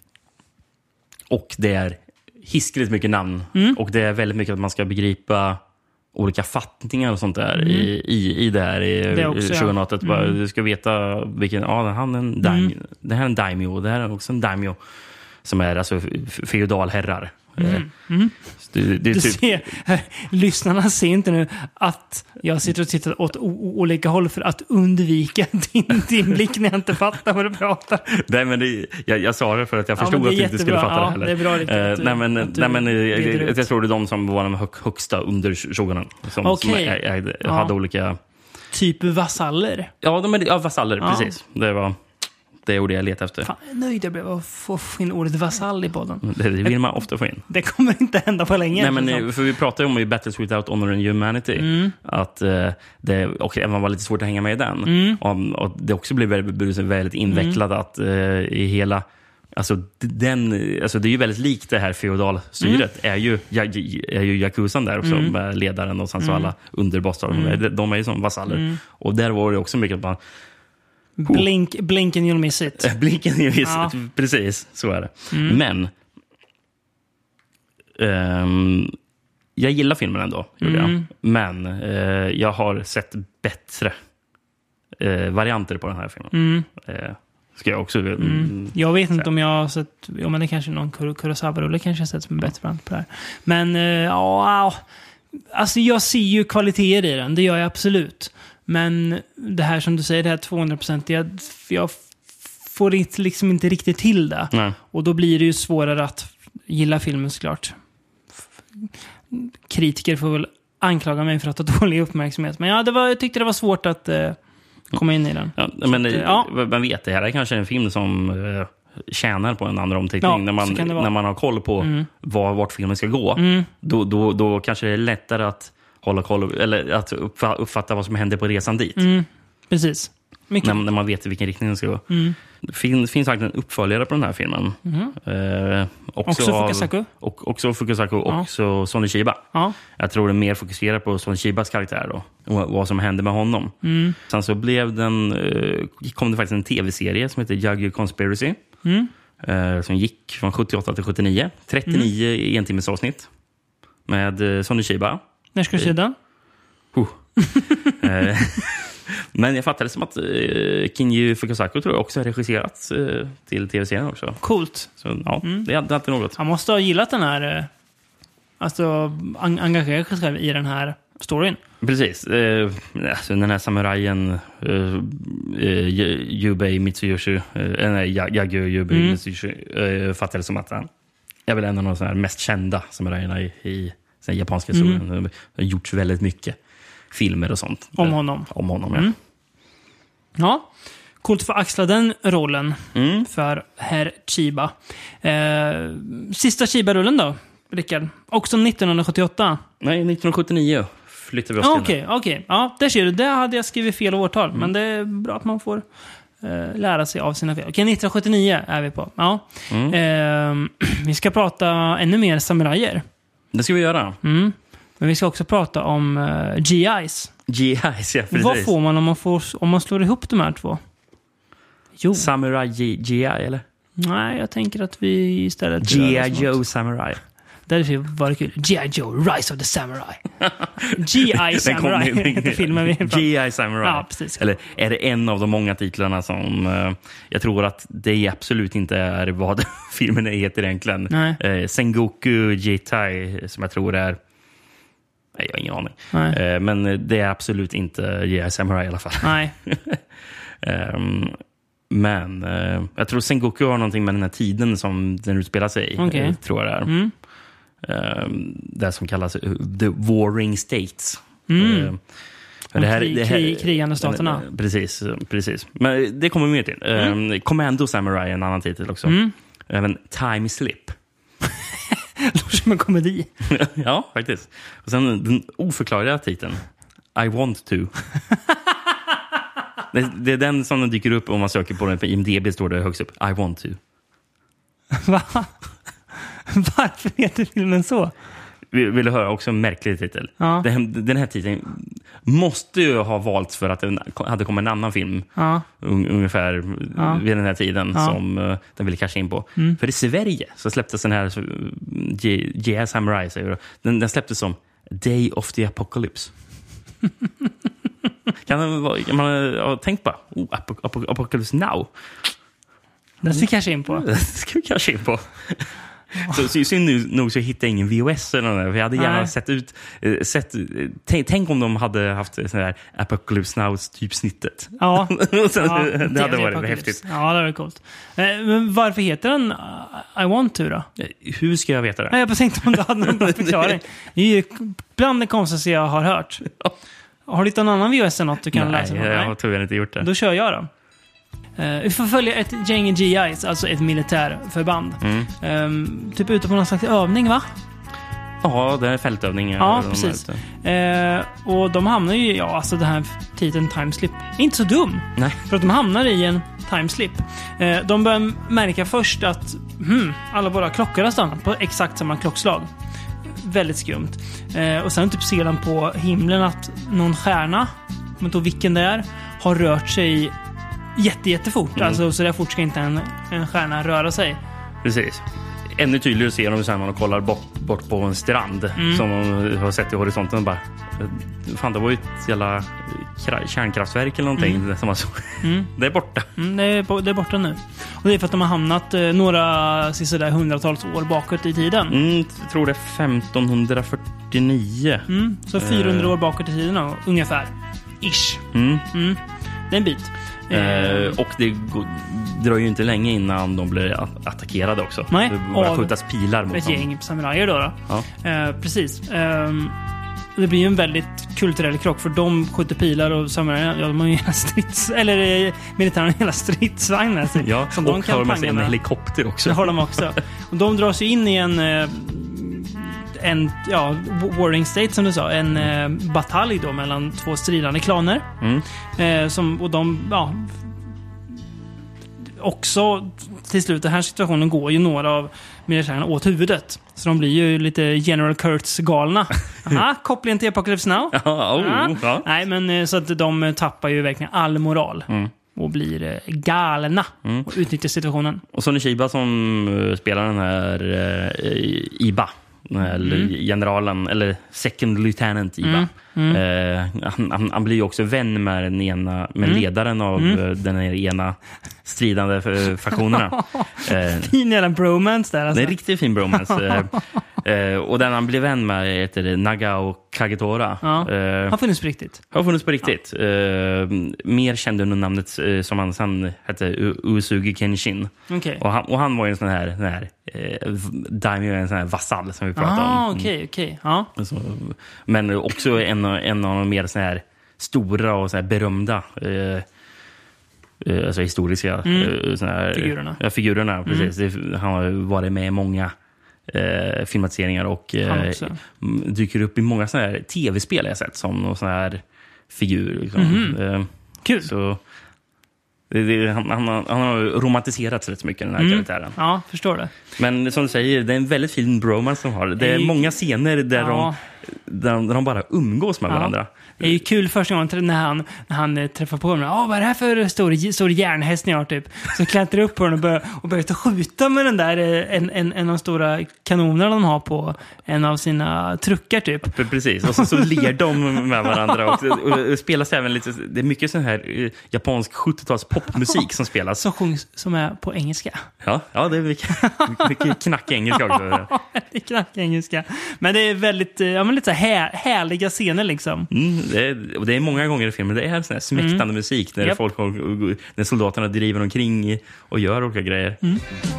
och det är hiskeligt mycket namn. Mm. Och det är väldigt mycket att man ska begripa olika fattningar och sånt där mm. i, i, i det här i det också, tjugohundraåtta. Ja. Mm. Du ska veta vilken, ja, han är en daimyo, mm. det här är en daimyo, det här är också en daimyo som är alltså feodalherrar. Mm. Mm. Det, det är du typ... ser, lyssnarna ser inte nu att jag sitter och tittar åt o- olika håll för att undvika din, din blick när jag inte fattar vad du pratar. Nej, men det, jag, jag sa det för att jag förstod ja, att du inte skulle fatta ja, det heller. Det är bra riktigt, uh, du, nej, men, nej, men jag, jag tror det är de som var de hög, högsta under shogunen som, okay. som jag, jag, jag ja. hade olika... Typ vasaller? Ja, de är ja, vasaller, ja. precis. Det var... Det är det jag letar efter. Fan, jag är nöjd jag blev att få in ordet vasall i podden. Det, det vill man ofta få in. Det kommer inte hända på länge. Nej, men, för vi pratar ju om i Battles Without Honor and Humanity. Mm. Att uh, det och även var lite svårt att hänga med i den. Mm. Och, och det också blev väldigt, väldigt invecklat mm. att uh, i hela... Alltså, den, alltså det är ju väldigt likt det här feodalstyret. Mm. Är ju, är ju Yakuzan där också, mm. med ledaren och sen så mm. alla underbossar. Mm. De, de är ju som vasaller. Mm. Och där var det också mycket att man... Blink, blink and you'll miss it. Blink and you'll miss ja. it, precis, så är det. Mm. Men um, jag gillar filmen ändå, gjorde mm. jag. Men uh, jag har sett bättre uh, varianter på den här filmen. Mm. Uh, ska jag också... Mm. Mm, jag vet inte om jag har sett... Ja, men det kanske är någon Kurosawa-rulle kanske har sett som en bättre variant på det här. Men, uh, ja... Alltså, jag ser ju kvaliteter i den, det gör jag absolut. Men det här som du säger, det här tvåhundra procent, jag, jag får inte, liksom inte riktigt till det. Nej. Och då blir det ju svårare att gilla filmen såklart. Kritiker får väl anklaga mig för att ha dålig uppmärksamhet. Men ja, det var, jag tyckte det var svårt att uh, komma in i den. Ja, men att, ja. Man vet, det här är kanske en film som uh, tjänar på en andra omtittning. Ja, när, man, när man har koll på mm. var, vart filmen ska gå. Mm. Då, då, då kanske det är lättare att hålla koll, eller att uppfatta vad som händer på resan dit. Mm, precis. När, när man vet i vilken riktning den ska gå. Mm. Det finns, finns faktiskt en uppföljare på den här filmen. Mm. Eh, också också Fukasaku? Och, också Fukasaku och ja. också Sonny Chiba. Ja. Jag tror det är mer fokuserat på Sonny Chibas karaktär då. Och vad som hände med honom. Mm. Sen så blev den, eh, kom det faktiskt en tv-serie som heter Yagyu Conspiracy. Mm. Eh, som gick från sjuttioåtta till sjuttionio. trettionio mm. entimmes-avsnitt. Med eh, Sonny Chiba. När ska du se den? Uh. Men jag fattade som att uh, Kinji Fukasaku tror jag också har regisserat uh, till tv-serien också. Coolt. Så ja, mm. det är alltid något. Han måste ha gillat den här, uh, alltså en- engagerat sig själv i den här storyn. Precis. Uh, alltså, den här samurajen uh, uh, Yubei Mitsuyoshi, uh, nej, Yagyu Yubei mm. Mitsuyoshi, uh, fattade som att han är väl en av de så här mest kända samurajerna i, i den japanska historien. Mm. Det har gjorts väldigt mycket filmer och sånt. Om honom. Om honom, ja. Mm. Ja, coolt för att axla den rollen mm. för herr Chiba. Eh, sista Chiba-rullen då, Rickard? Också nittonhundrasjuttioåtta? Nej, nittonhundrasjuttionio flyttade vi oss till. Okej, okay, okej. Okay. Ja, där ser du. Där hade jag skrivit fel årtal. Mm. Men det är bra att man får eh, lära sig av sina fel. Okej, okay, nittonhundrasjuttionio är vi på. Ja. Mm. Eh, vi ska prata ännu mer samurajer. Det ska vi göra. Mm. Men vi ska också prata om uh, G Is. G Is, ja, precis. Vad får man om man, får, om man slår ihop de här två? Jo. Samurai G- GI, eller? Nej, jag tänker att vi istället... G I Joe Samurai. Därför var det kul. G I Joe, Rise of the Samurai. G I Samurai heter filmen vi är på. G I Samurai. Ja, precis. Eller är det en av de många titlarna som... Uh, jag tror att det absolut inte är vad filmen heter egentligen. Nej. Uh, Sengoku Jitai, som jag tror är... Nej, jag har ingen aning. Uh, men det är absolut inte G I Samurai i alla fall. Nej. Um, men uh, jag tror Sengoku har någonting med den här tiden som den utspelar sig i. Okay. Uh, tror jag det är. Mm. Uh, det som kallas uh, The Warring States. Mm. Uh, det här, krig, det här, krig, krigande staterna. Uh, precis, precis. Men det kommer vi mer till. Uh, mm. Commando Samurai är en annan titel också. Mm. Även Time Slip. Låter som en komedi. Ja, faktiskt. Och sen den oförklarliga titeln I Want To. det, det är den som dyker upp om man söker på den på I M D B, står det högst upp. I Want To. Va? Varför heter filmen så? Vill du höra också en märklig titel? Ja. Den, den här titeln måste ju ha valts för att det hade kommit en annan film ja. un, ungefär ja. vid den här tiden ja. som uh, den ville casha in på. Mm. För i Sverige så släpptes den här J S Samurai, den, den släpptes som Day of the Apocalypse. kan, man, kan man ha tänkt på oh, ap- ap- Apocalypse Now? Den ska vi casha in på. Den ska vi casha in på. Så, så synd nog så hittade jag ingen V H S eller något. För jag hade gärna Nej. sett ut sett, tänk, tänk om de hade haft sån här Apocalypse Now typ snittet. Ja. Sen, ja det, det hade varit Apocalypse. häftigt. Ja, det var coolt. Men varför heter den I Want To då? Hur ska jag veta det? Nej, jag tänkte om du hade någon förklaring. Det är ju bland det konstigaste jag har hört. Har du hittat någon annan V H S eller något du kan Nej, läsa? Nej, jag har tyvärr inte gjort det. Då kör jag då. Uh, vi får följa ett gäng G Is, alltså ett militärförband. Mm. Um, typ ute på någon slags övning, va? Ja, det är fältövning. Ja, precis. Uh, och de hamnar ju, ja, alltså den här titeln Timeslip. Inte så dum. Nej. För att de hamnar i en Timeslip. Uh, de börjar märka först att hmm, alla våra klockor har stannat på exakt samma klockslag. Väldigt skumt. Uh, och sen typ ser de på himlen att någon stjärna, men då vilken det är, har rört sig jätte, jättefort. Mm. Alltså, så där fort ska inte en, en stjärna röra sig. Precis. Ännu tydligare ser de sen när de kollar bort, bort på en strand mm. som de har sett i horisonten och bara, fan, det var ju ett jävla kärnkraftverk eller någonting. Mm. Som alltså, mm. Det är borta. Mm, det, är, det är borta nu. Och det är för att de har hamnat eh, några sådär hundratals år bakåt i tiden. Mm, jag tror det är femton fyrtionio. Mm, så fyrahundra uh. år bakåt i tiden då, ungefär. Ish. Mm. Mm. Det är en bit. Eh, och det drar ju inte länge innan de blir attackerade också. Nej, det börjar skjutas pilar mot ett dem. gäng samurajer då. då. Ja. Eh, precis. Eh, det blir ju en väldigt kulturell krock, för de skjuter pilar och samurajer, ja, de har ju hela strids... Eller eh, militären hela stridsvagnar. Alltså, ja, som och de kan har med sig en med. helikopter också. Det har de också. Och de dras ju in i en... Eh, en ja, warring state som du sa, en eh, batalj då mellan två stridande klaner. Mm. Eh, som, och de, ja, också till slut, den här situationen går ju några av militärerna åt huvudet. Så de blir ju lite General Kurtz galna. Aha, kopplingen till Apocalypse Now. Ja, oh, ja. Nej, men så att de tappar ju verkligen all moral. Mm. Och blir galna mm. och utnyttjar situationen. Och Sonny Chiba som spelar den här uh, Iba, eller mm. generalen, eller second lieutenant Iba. Mm. Mm. Eh, han, han, han blir ju också vän med den ena, med mm. ledaren av mm. den ena stridande faktionerna. eh, fin jävla bromance där alltså. Det är en riktigt fin bromance. eh, och den han blev vän med heter Nagao Kagetora. Ja. Eh, har funnits på riktigt. Har funnits på riktigt. Ja. Eh, mer känd under namnet eh, som han sen hette Uesugi Kenshin. Okay. Och, han, och han var ju en sån här, sån här eh, daimyo, en sån här vasall som vi pratade ah, om. Okej, okay, okej. Okay. Ja. Alltså, men också en, en av de mer så här stora och så här berömda eh, eh, alltså historiska mm. eh, såna här, figurerna. Ja, figurerna, precis. Mm. Han har varit med i många eh, filmatiseringar och eh, dyker upp i många såna här tv-spel jag sett som någon sån här figur. Liksom. Mm. Eh, Kul. Så det, det, han, han, han har romantiserats rätt så mycket, den här mm. karaktären. Ja, förstår det. Men som du säger, det är en väldigt fin bromance de har. Det är Ej. många scener där, ja. de, där, där de bara umgås med ja. varandra. Det är ju kul första gången när han, när han träffar på honom. Åh, vad är det här för stor, stor järnhäst ni har typ? Så klättrar upp på den och börjar, och börjar ta skjuta med den där, en, en, en av de stora kanonerna de har på en av sina truckar typ. Precis, och så, så ler de med varandra. Och, och det spelas även lite, det är mycket sån här japansk sjuttio-tals popmusik som spelas. Som sjungs, som är på engelska. Ja, ja det är mycket, mycket knack engelska också. Det är knack engelska. Men det är väldigt, ja men lite så här här, härliga scener liksom. Mm, det, är, och det är många gånger i filmen. Det är sån här smäktande mm. musik när, yep. folk, när soldaterna driver omkring och gör olika grejer. Mm.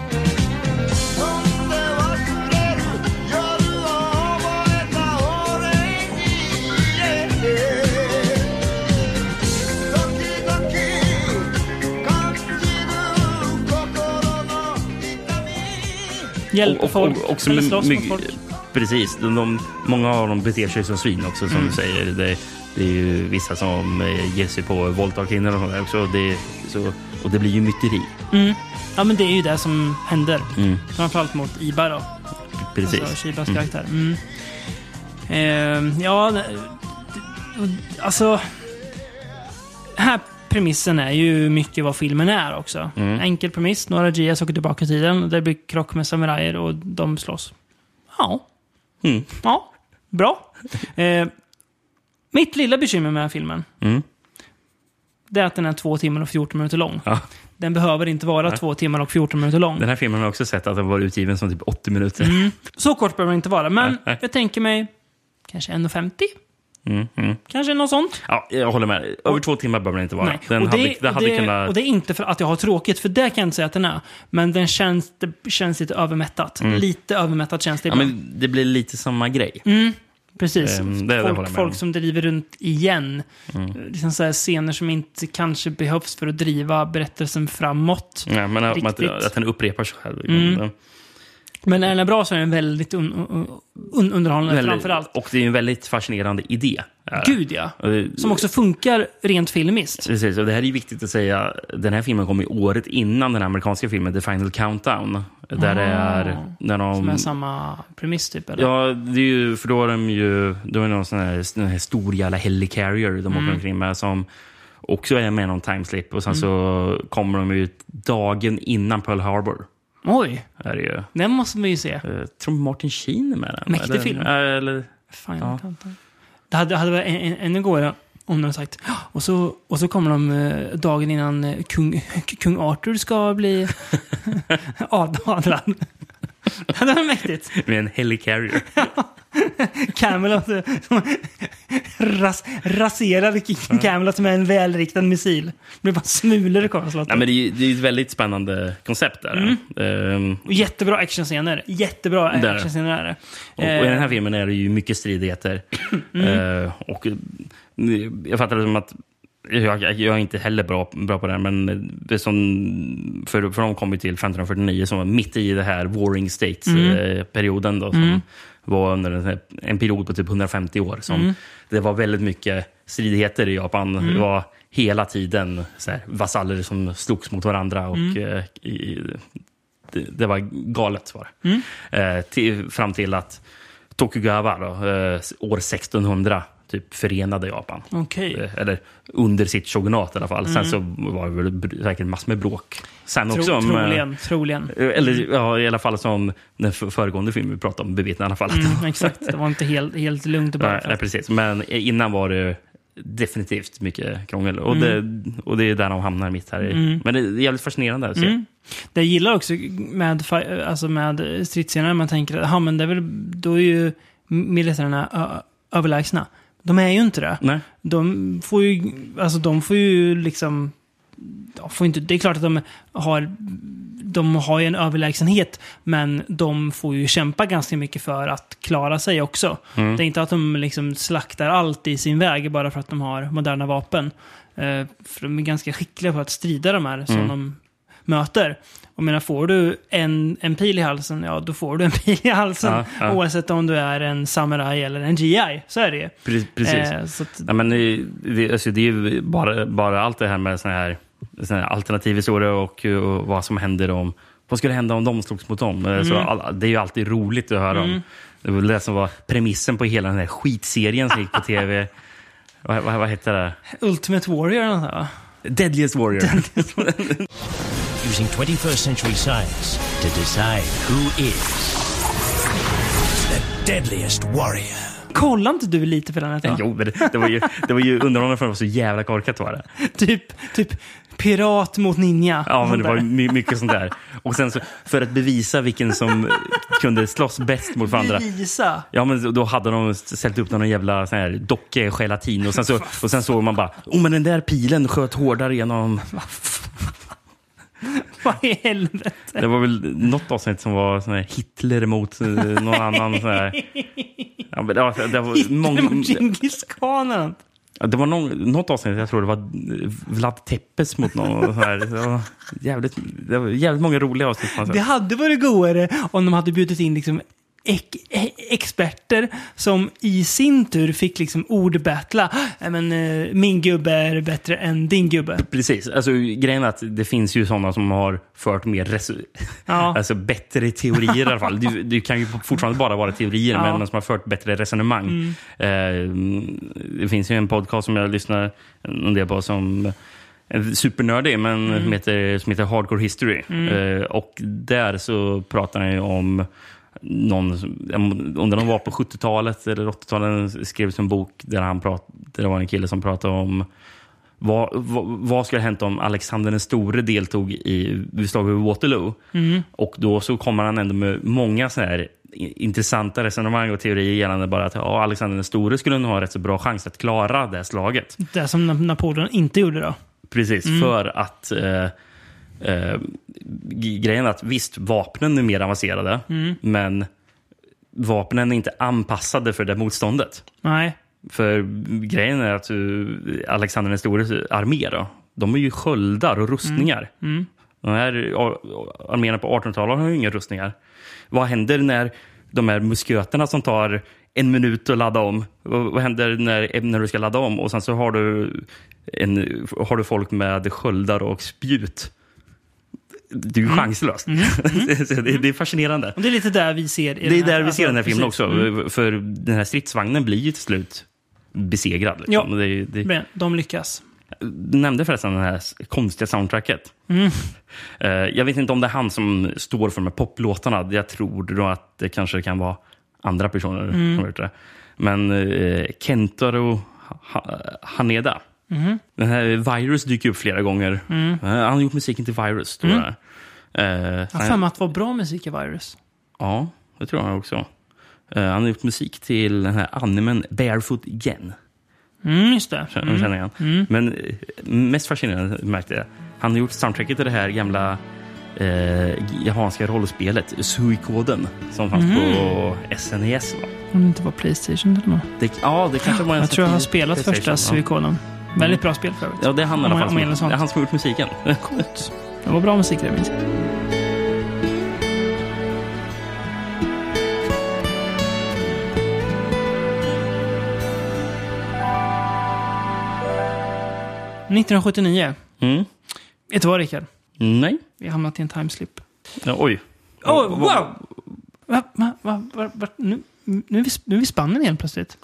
Hjälper folk, och, och också eller slåss mot folk. Precis, de, de, många av dem beter sig som svin också, som mm. du säger. Det, det är ju vissa som ger sig på våldtagskvinnor och sånt där också. Det, så, och det blir ju myteri. Mm. Ja, men det är ju det som händer. Mm. Framförallt mot Iba då. Precis. Alltså Shibas mm. karaktär. Mm. Eh, ja, alltså... Här premissen är ju mycket vad filmen är också. Mm. Enkel premiss, några G S åker tillbaka i tiden. Det blir krock med samurajer och de slåss. Ja. Mm. Ja, bra. Eh, mitt lilla bekymmer med den här filmen mm. det är att den är två timmar och fjorton minuter lång. Ja. Den behöver inte vara ja. två timmar och fjorton minuter lång. Den här filmen har också sett att den var utgiven som typ åttio minuter. Mm. Så kort behöver den inte vara. Men ja. jag tänker mig kanske en femtio. Mm, mm. Kanske något sånt. Ja, jag håller med. Över och, två timmar behöver den inte vara. Den och, det, hade, den hade det, kunnat... och det är inte för att jag har tråkigt, för det kan jag inte säga att den är. Men den känns, det känns lite övermättat. Mm. Lite övermättat känns det ja, men det blir lite samma grej. Mm, precis. Um, det, folk, det folk som driver runt igen. Mm. Liksom så här scener som inte kanske behövs för att driva berättelsen framåt. Ja, men att, att den upprepar sig själv. Mm. Men när den är bra så är den väldigt un- un- underhållande väldigt, framförallt. Och det är en väldigt fascinerande idé. Gud ja. Som också funkar rent filmiskt. Precis, och det här är viktigt att säga. Den här filmen kom i året innan den amerikanska filmen The Final Countdown. Där det är... När de, som är samma premiss typ, eller? Ja, det är ju, för då är de ju... Då är det någon sån här, sån här stor jävla helicarrier de mm. åker omkring med som också är med någon timeslip. Och sen mm. så kommer de ut dagen innan Pearl Harbor. Oj, är det ju. Den måste man ju se. Jag tror Martin Sheen är med den. Mäktig film. Eller, Final ja. Countdown. Det hade, hade varit en, en, en gåra om de hade sagt. Och så, och så kommer de eh, dagen innan eh, kung, kung Arthur ska bli adlad. Det var mäktigt. Med en helicarrier. Camelot ras, raserade Camelot med en välriktad missil. Det blir bara smulor kvar. Nej, men det är, det är ett väldigt spännande koncept där. Mm. Um, och jättebra actionscener. Jättebra actionscener är det. Och, och i den här filmen är det ju mycket stridigheter. Mm. Uh, och jag fattar det som att jag, jag är inte heller bra, bra på det, men det som, för, för de kom ju till femton fyrtionio som var mitt i det här Warring States-perioden mm. då, som mm. var under en, en period på typ hundrafemtio år. Som mm. Det var väldigt mycket stridigheter i Japan. Mm. Det var hela tiden så här, vasaller som slogs mot varandra och mm. eh, i, det, det var galet var det. Mm. Eh, till, fram till att Tokugawa då, eh, år sextonhundra typ förenade Japan. Okay. Eller under sitt shogunat i alla fall. Mm. Sen så var det väl säkert massor med bråk. Sen Tro, också om, troligen, troligen. Eller ja, i alla fall som den föregående filmen vi pratade om bevittna i alla fall. Mm, exakt, det var inte helt, helt lugnt och bara. Nej, precis. Men innan var det definitivt mycket krångel. Och, mm. det, och det är där de hamnar mitt här. Mm. Men det är jävligt fascinerande att se. Mm. Det jag gillar också med, alltså med stridsscener, man tänker att ja, men det är väl, då är ju militärerna ö- överlägsna. De är ju inte det. Nej. De får ju, alltså de får ju liksom, de får inte, det är klart att de har, de har ju en överlägsenhet, men de får ju kämpa ganska mycket för att klara sig också. Mm. Det är inte att de liksom slaktar allt i sin väg bara för att de har moderna vapen. Eh, för de är ganska skickliga på att strida de här som mm. de möter. Och menar, får du en, en pil i halsen, ja, då får du en pil i halsen. Ja, ja. Oavsett om du är en samurai eller en G I, så är det. Precis. Eh, så att, ja, men det, alltså, det är ju bara, bara allt det här med såna här, såna här alternativ historia och, och vad som händer om, vad skulle hända om de slogs mot dem. Mm. Så, all, det är ju alltid roligt att höra mm. om. Det var det som var premissen på hela den här skitserien som gick på tv. vad, vad, vad heter det? Ultimate Warrior eller något här, va? Deadliest Warrior. Deadliest Warrior. Using twenty-first century science to decide who is the deadliest warrior. Kollar inte du lite på den här? Jo, men det, det var ju, det var ju underhållande för att det var så jävla korkat var det. typ, typ pirat mot ninja. Ja, men det var my- mycket sånt där. Och sen så, för att bevisa vilken som kunde slåss bäst mot varandra. Bevisa? Ja, men då hade de ställt upp någon jävla sån här docke-gelatin. Och sen, så, och sen såg man bara, oh men den där pilen sköt hårdare genom... Vad i helvete? Det var väl något avsnitt som var sån här Hitler mot uh, någon annan sån här... Ja, men det var, det var Hitler många... mot Genghis Khan. Det var någon, något avsnitt, jag tror det var Vlad Tepes mot någon så här. Det var jävligt, det var jävligt många roliga avsnitt. Det hade varit godare om de hade bjudit in liksom ek- experter som i sin tur fick liksom ordbattla. Men uh, min gubbe är bättre än din gubbe. Precis, alltså grejen är att det finns ju sådana som har fört mer resu- ja. alltså bättre teorier i alla fall. Du, du kan ju fortfarande bara vara teorier, ja. Men som har fört bättre resonemang. Mm. Eh, det finns ju en podcast som jag lyssnar en del på som är supernördig, men mm. som, heter, som heter Hardcore History. Mm. Eh, och där så pratar han ju om någon, under de var på sjuttiotalet eller åttiotalet skrevs en bok där han prat, där det var en kille som pratade om vad, vad, vad skulle ha hänt om Alexander den store deltog i slaget vid Waterloo. Mm. Och då så kommer han ändå med många så här intressanta resonemang och teorier gällande bara att ja, Alexander den store skulle nog ha rätt så bra chans att klara det slaget. Det som Napoleon inte gjorde då. Precis, mm. för att eh, Uh, grejen är att visst, vapnen är mer avancerade, mm. men vapnen är inte anpassade för det motståndet. Nej. För grejen är att uh, Alexander den store armé då, de är ju sköldar och rustningar. Mm. Mm. De här arméerna på artonhundratalet har ju inga rustningar. Vad händer när de här musköterna som tar en minut att ladda om? Vad händer när, när du ska ladda om? Och sen så har du, en, har du folk med sköldar och spjut. Det är ju chanslöst. Mm. Mm. det, det är fascinerande. Och det är lite där vi ser i Det är den här, där vi ser alltså, den här filmen också. Mm. För den här stridsvagnen blir ju till slut besegrad. Liksom. Ja, det, det... de lyckas. Du nämnde förresten det här konstiga soundtracket. Mm. Uh, jag vet inte om det är han som står för de här poplåtarna. Jag tror då att det kanske kan vara andra personer mm. som har gjort det. Men uh, Kentaro Haneda. Mm. Den här Virus dyker upp flera gånger. Mm. Han har gjort musiken till Virus, tror mm. jag. Uh, jag har för mig att det var bra musik i Virus. Ja, det tror jag också. Uh, han har gjort musik till den här animen Barefoot Gen. Mm, just det. Mm. Känner jag. Mm. Men uh, mest fascinerande märkte jag. Han har gjort soundtracket till det här gamla uh, japanska rollspelet Suikoden som fanns mm. på S N E S, va? Om det inte var PlayStation eller något. Det, ja, det kanske var en. Jag tror jag har spelat första Suikoden. Ja. Väldigt bra spel för övrigt. Ja, det är han i alla fall. Som, som, det är han som har gjort musiken. Coolt. Det var bra musik, det minns jag. nittonhundrasjuttionio. Mm. Vet du vad, Rickard? Nej. Vi har hamnat i en timeslip. Ja, oj. Oh, wow! Va, va, va, va, va, nu, nu, är vi, nu är vi Spanien igen plötsligt.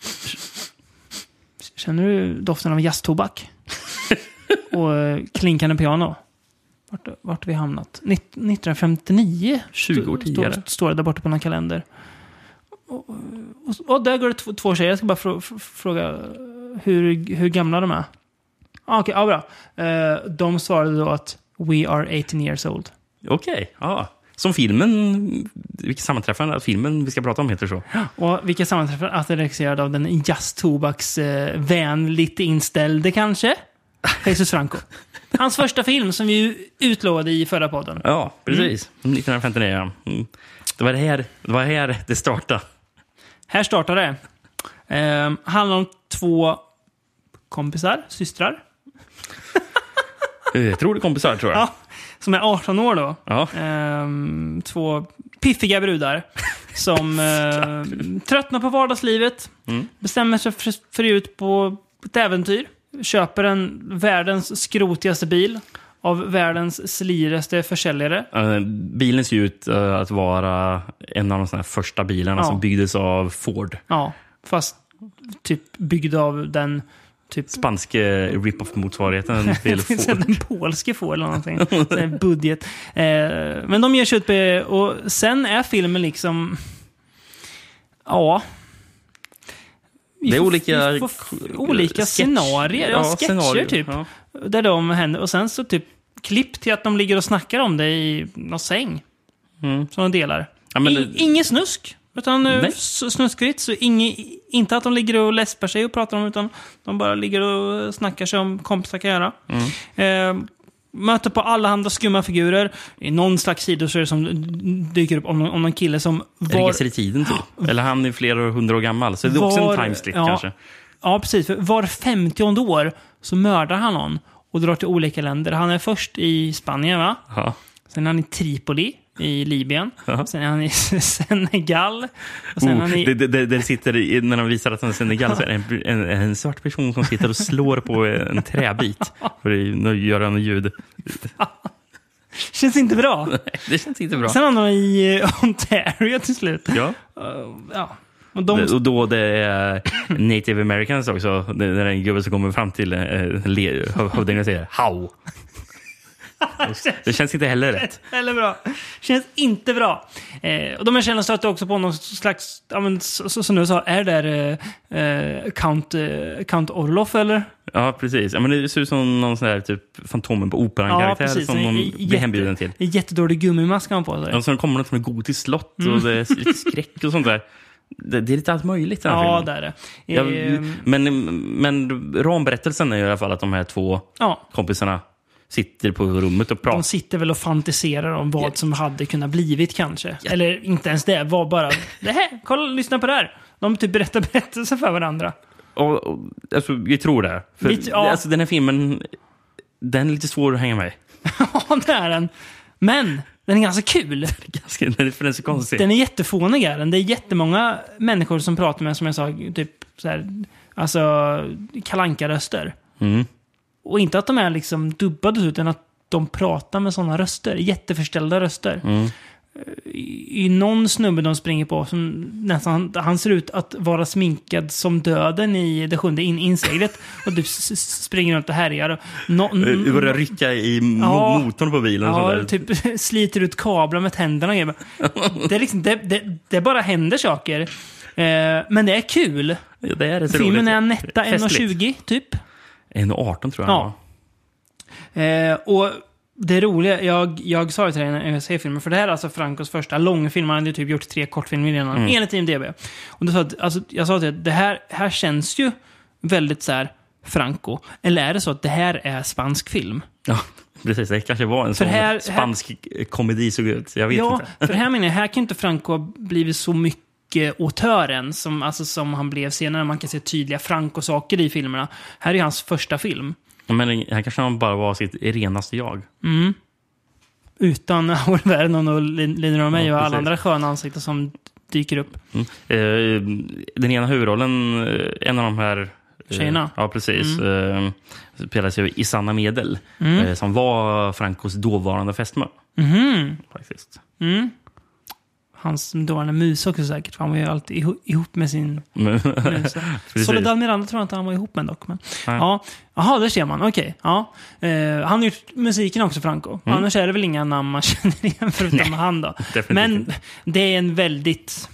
Känner du doften av jazztobak? Och klinkande piano? Vart, vart har vi hamnat? nittonhundrafemtionio. tjugo år tidigare. Stå, står det där borta på någon kalender. Och, och, och där går det två, två tjejer. Jag ska bara frå, fråga hur, hur gamla de är. Ah, Okej, okay, ja, bra. Uh, de svarade då att we are arton years old. Okej, okay, ja. Som filmen, vilket sammanträffande att filmen vi ska prata om heter så. Och vilka sammanträffande att det är regisserad av den jazztobaks eh, vänligt inställde kanske? Jesus Franco. Hans första film som vi utlovade i förra podden. Ja, precis. Mm. nittonhundrafemtionio. Mm. Det var det här det, var här det startade. Här startade det. Eh, handlar om två kompisar, systrar. Jag tror det är kompisar, tror jag. Ja, som är arton år då. Ja. Ehm, två piffiga brudar som eh, tröttnar på vardagslivet. Mm. Bestämmer sig för, för ut på ett äventyr. Köper en världens skrotigaste bil av världens sliraste försäljare. Uh, bilen ser ut uh, att vara en av de såna här första bilarna ja. som byggdes av Ford. Ja, fast typ byggd av den typ spanske rip-off-motsvarigheten till Ford. Den polske Ford eller någonting. Budget. Eh, men de ger sig ut på, och sen är filmen liksom ja Det är olika, vi får olika sketch, scenarier, ja, sketcher scenario, typ. Ja. Där de händer. Och sen så typ klipp till att de ligger och snackar om det i någon säng. Mm. Som de delar. Ja, men I, det... Inget snusk. Utan Nej. snuskigt. Så inge, inte att de ligger och läspar sig och pratar om, utan de bara ligger och snackar sig om kompisar kan göra. Mm. Eh, möter på alla andra skumma figurer. I någon slags sidor som dyker upp om, om någon kille som var... reser i tiden typ. Eller han är flera hundra år gammal. Så det är också var, en timeslip ja, kanske. Ja, precis. För var femtionde år så mördar han någon och drar till olika länder. Han är först i Spanien, va? Ja. Sen är han i Tripoli i Libyen. Ja. Sen är han i Senegal. Och sen oh, han i... det, det, det sitter i, när de visar att han är i Senegal så är det en, en, en svart person som sitter och slår på en träbit för att göra en ljud. Känns inte bra. Nej, det känns inte bra. Sen har han i Ontario till slut. Ja. Uh, ja. Och, de... och då det är Native Americans också. Det är en gubbe som kommer fram till hövdingen och säger how. Det känns inte heller rätt. Eller bra. Känns inte bra. Eh, och de här känner stöter också på någon slags, ja, men, så, så, som du sa, är det där eh, Count, eh, Count Orloff eller? Ja, precis. Ja, men det ser ut som någon sån där typ Fantomen på Operan-karaktär ja, som de blir jätte, hembjuden till. Jättedålig gummimask han på sig. Ja, så kommer något från ett gotiskt slott mm. och det är lite skräck och sånt där. Det, det är lite allt möjligt. Ja, det är det. Ja, men, men ramberättelsen är i alla fall att de här två ja. kompisarna sitter på rummet och pratar. De sitter väl och fantiserar om vad som hade kunnat blivit kanske. Ja. Eller inte ens det, var bara det här, kolla, lyssna på det här. De typ berättar berättelser för varandra. Och, och alltså, vi tror det. För vi, ja. alltså, den här filmen, den är lite svår att hänga med. Ja, det är den. Men den är ganska kul. ganska, den, är, den är så konstig. Den är jättefånig. Är den. Det är jättemånga människor som pratar med, som jag sa, typ så här, alltså kalanka-röster. Mm. Och inte att de är liksom dubbade, utan att de pratar med sådana röster. Jätteförställda röster. Mm. I, I någon snubbe de springer på som nästan, han ser ut att vara sminkad som döden i det sjunde in, inseglet. Och du springer runt och härjar. No, du börjar rycka i ja, motorn på bilen. Ja, och typ sliter ut kablar med tänderna. Det, är liksom, det, det, det bara händer saker. Eh, men det är kul. Ja, det är det. Filmen är netta en tjugo typ. en arton tror jag. Ja. Eh, och det roliga, jag, jag sa det till dig när jag ser filmen, för det här är alltså Francos första långfilm. Han hade typ gjort tre kortfilmer redan, mm. enligt I M D B. Och då sa att, alltså, jag sa till det här, här känns ju väldigt så här Franco. Eller är det så att det här är spansk film? Ja, precis. Det kanske var en sån här, spansk här, komedi såg ut. Jag vet ja, inte. Ja, för här menar jag, här kan inte Franco ha blivit så mycket autören som, alltså, som han blev senare. Man kan se tydliga Franco-saker i filmerna. Här är hans första film. Men här kanske han bara var sitt renaste jag. Mm. Utan Howard Vernon och Lina Romay ja, och alla andra sköna ansikten som dyker upp. Mm. Eh, den ena huvudrollen, en av de här tjejerna. Eh, ja, precis. Mm. Eh, spelas ju Isanna Medel, mm. eh, som var Francos dåvarande fästmö. Mm. Faktiskt. Mm. Hans dåvarande mus också säkert. Han var ju alltid ihop med sin mus. Soledad Miranda tror jag inte han var ihop med dock. Men. Ja. Jaha, det ser man. Okej. Okay. Ja. Eh, han har gjort musiken också, Franco. Mm. Annars är det väl inga namn man känner igen förutom han då. Men det är en väldigt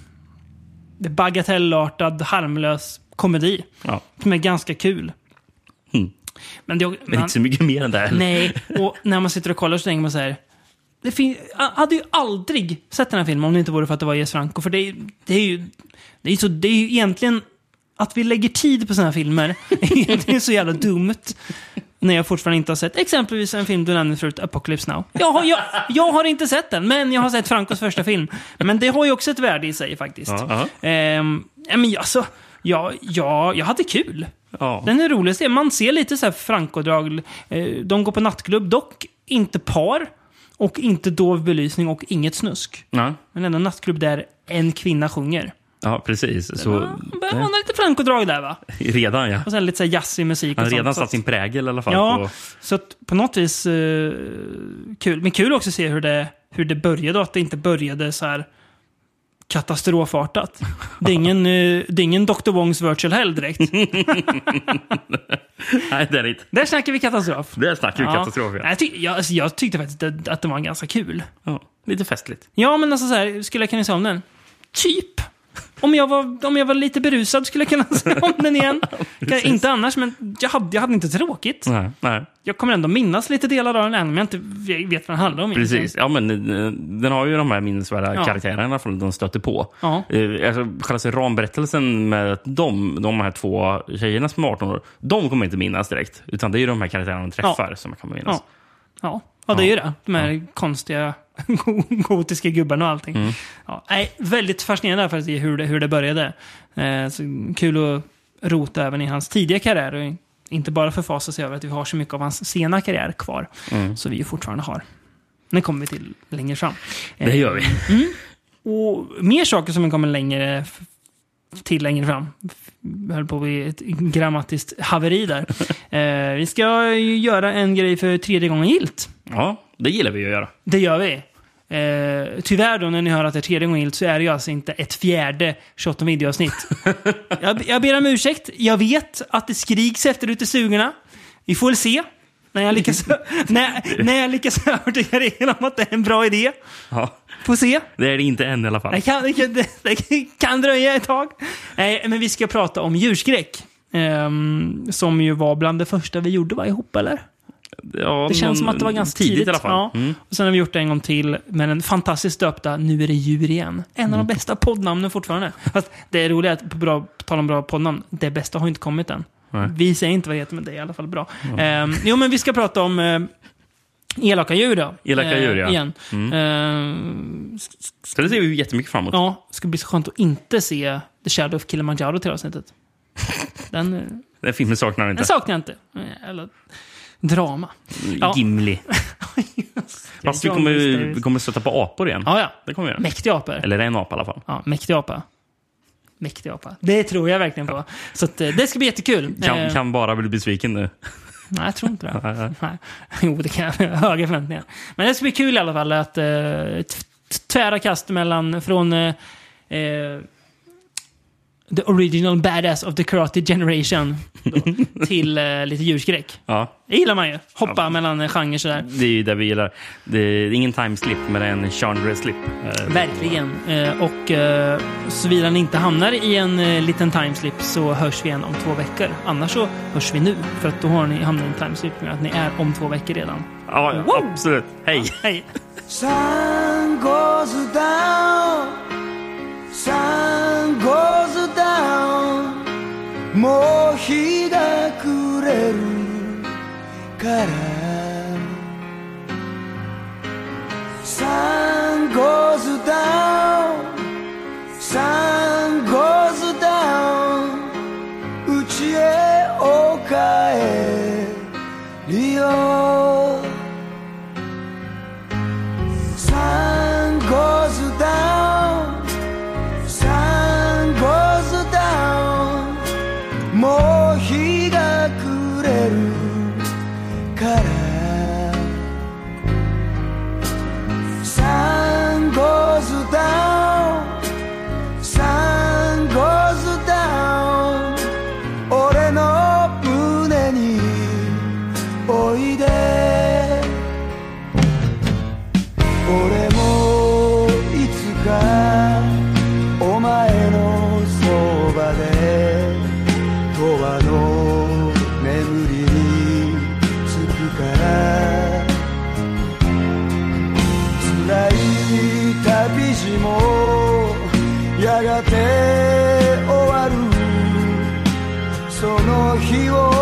bagatellartad, harmlös komedi. Ja. Som är ganska kul. Mm. Men, det, men man, inte så mycket mer än det. Nej, och när man sitter och kollar så tänker man så här. Det fin- jag hade ju aldrig sett den här filmen om det inte vore för att det var Jes Franco. För det är, det är ju det är så, det är ju egentligen att vi lägger tid på såna här filmer. Det är så jävla dumt. När jag fortfarande inte har sett exempelvis en film du nämnde förut, Apocalypse Now. Jag har, jag, jag har inte sett den, men jag har sett Francos första film. Men det har ju också ett värde i sig faktiskt. Uh-huh. Ehm, men alltså, ja, ja, jag hade kul. Uh-huh. Den är rolig. Man ser lite så här Franco-drag. De går på nattklubb, dock inte par. Och inte dov belysning och inget snusk. Ja. Men ändå en nattklubb där en kvinna sjunger. Ja, precis. Så, han börjar ha lite Franco-drag där, va? Redan, ja. Och sen lite så här jazzig musik. Han har redan sånt, satt sin prägel i alla fall. Ja, på... så att på något vis uh, kul. Men kul också att se hur det, hur det började. Att det inte började så här katastrofartat. Det är ingen, uh, det är ingen doktor Wongs Virtual Hell direkt. Nej, det är inte. Där snackar vi katastrof. Där snackar vi ja. katastrof, ja. Jag, tyck, jag, alltså, jag tyckte faktiskt att, att det var ganska kul. Ja, lite festligt. Ja, men alltså så här, skulle jag kunna säga om den? Typ. Om jag, var, om jag var lite berusad skulle jag kunna se om den igen. Inte annars, men jag hade, jag hade inte tråkigt. Nej, nej. Jag kommer ändå minnas lite delar av den, även om jag inte vet vad den handlar om. Precis, egentligen. ja, men den har ju de här minnesvärda ja. karaktärerna från de stöter på. Ja. Eh, alltså, själva ramberättelsen med de, de här två tjejerna som är arton år, de kommer inte minnas direkt. Utan det är ju de här karaktärerna de träffar ja. som jag kommer minnas. Ja. Ja. Ja, det är ju det. De här ja. konstiga gotiska gubbarna och allting. Mm. Ja, nej, väldigt fascinerande för att se hur det, hur det började. Eh, så kul att rota även i hans tidiga karriär och inte bara förfasa sig över att vi har så mycket av hans sena karriär kvar. Mm. Så vi ju fortfarande har. Den kommer vi till längre fram. Eh, det gör vi. Mm. Och mer saker som kommer längre till längre fram. Jag höll på vid ett grammatiskt haveri där. eh, vi ska ju göra en grej för tredje gången gilt. Ja, det gillar vi att göra. Det gör vi. Eh, tyvärr då, när ni hör att det är tredje gången gilt så är det ju alltså inte ett fjärde tjugosåtta videoavsnitt. jag, jag ber om ursäkt. Jag vet att det skriks efter ute i stugorna. Vi får väl se. När jag lyckas, när, när jag lyckas övertyga er om att det är en bra idé. Ja. Får se. Det är det inte än i alla fall. Det kan, det kan, det, det kan dröja ett tag. Eh, men vi ska prata om djurskräck. Eh, som ju var bland det första vi gjorde var ihop, eller? Ja, det känns som att det var ganska tidigt, tidigt i alla fall. Ja. Mm. Och sen har vi gjort det en gång till med den fantastiskt döpta Nu är det djur igen. En av de bästa poddnamnen fortfarande. Fast det är roligt att på bra, tala om bra poddnamn. Det bästa har inte kommit än. Nej. Vi säger inte vad det heter, men det är i alla fall bra. Mm. Eh, jo, men vi ska prata om eh, elaka djur då. Elaka djur, ja. Eh, igen. Mm. Eh, Så det ser vi jättemycket framåt. Ja, det ska bli så skönt att inte se The Shadow of Kilimanjaro till avsnittet. Den, eh, den filmen saknar jag inte. Den saknar jag inte. Eller drama. Ja. Gimli. Fast vi kommer, vi kommer stöta på apor igen. Ja, ja. Det kommer vi göra. Mäktiga apor. Eller en apa i alla fall. Ja, mäktig apa. Mäktig apa. Det tror jag verkligen på. Så att, det ska bli jättekul. Kan, kan bara bli besviken nu. Nej, jag tror inte det. Nej. Jo, det kan jag. Höga förväntningar. Men det ska bli kul i alla fall att uh, tvära kast mellan från uh, uh, The Original Badass of the Karate Generation då, till uh, lite djurskräck. Ja. Det gillar man ju. Hoppa ja. mellan genrer sådär. Det är ju det vi gillar. Det är ingen timeslip, men det är en genre-slip. Verkligen. Uh, och uh, såvida ni inte hamnar i en uh, liten timeslip så hörs vi igen om två veckor. Annars så hörs vi nu. För att då har ni hamnat i en timeslip med att ni är om två veckor redan. Ja, ja wow. Absolut. Hej. Ja, hej. Sun goes down, sun goes down, もう日が暮れるから Sun goes down, sun goes down, 家へお帰りよ Sun goes down, sun goes down, もう日が暮れるから Sun goes down, sun goes down, 俺の胸においで俺もいつかお前のそばで永遠の眠りにつくから辛い旅路もやがて終わるその日を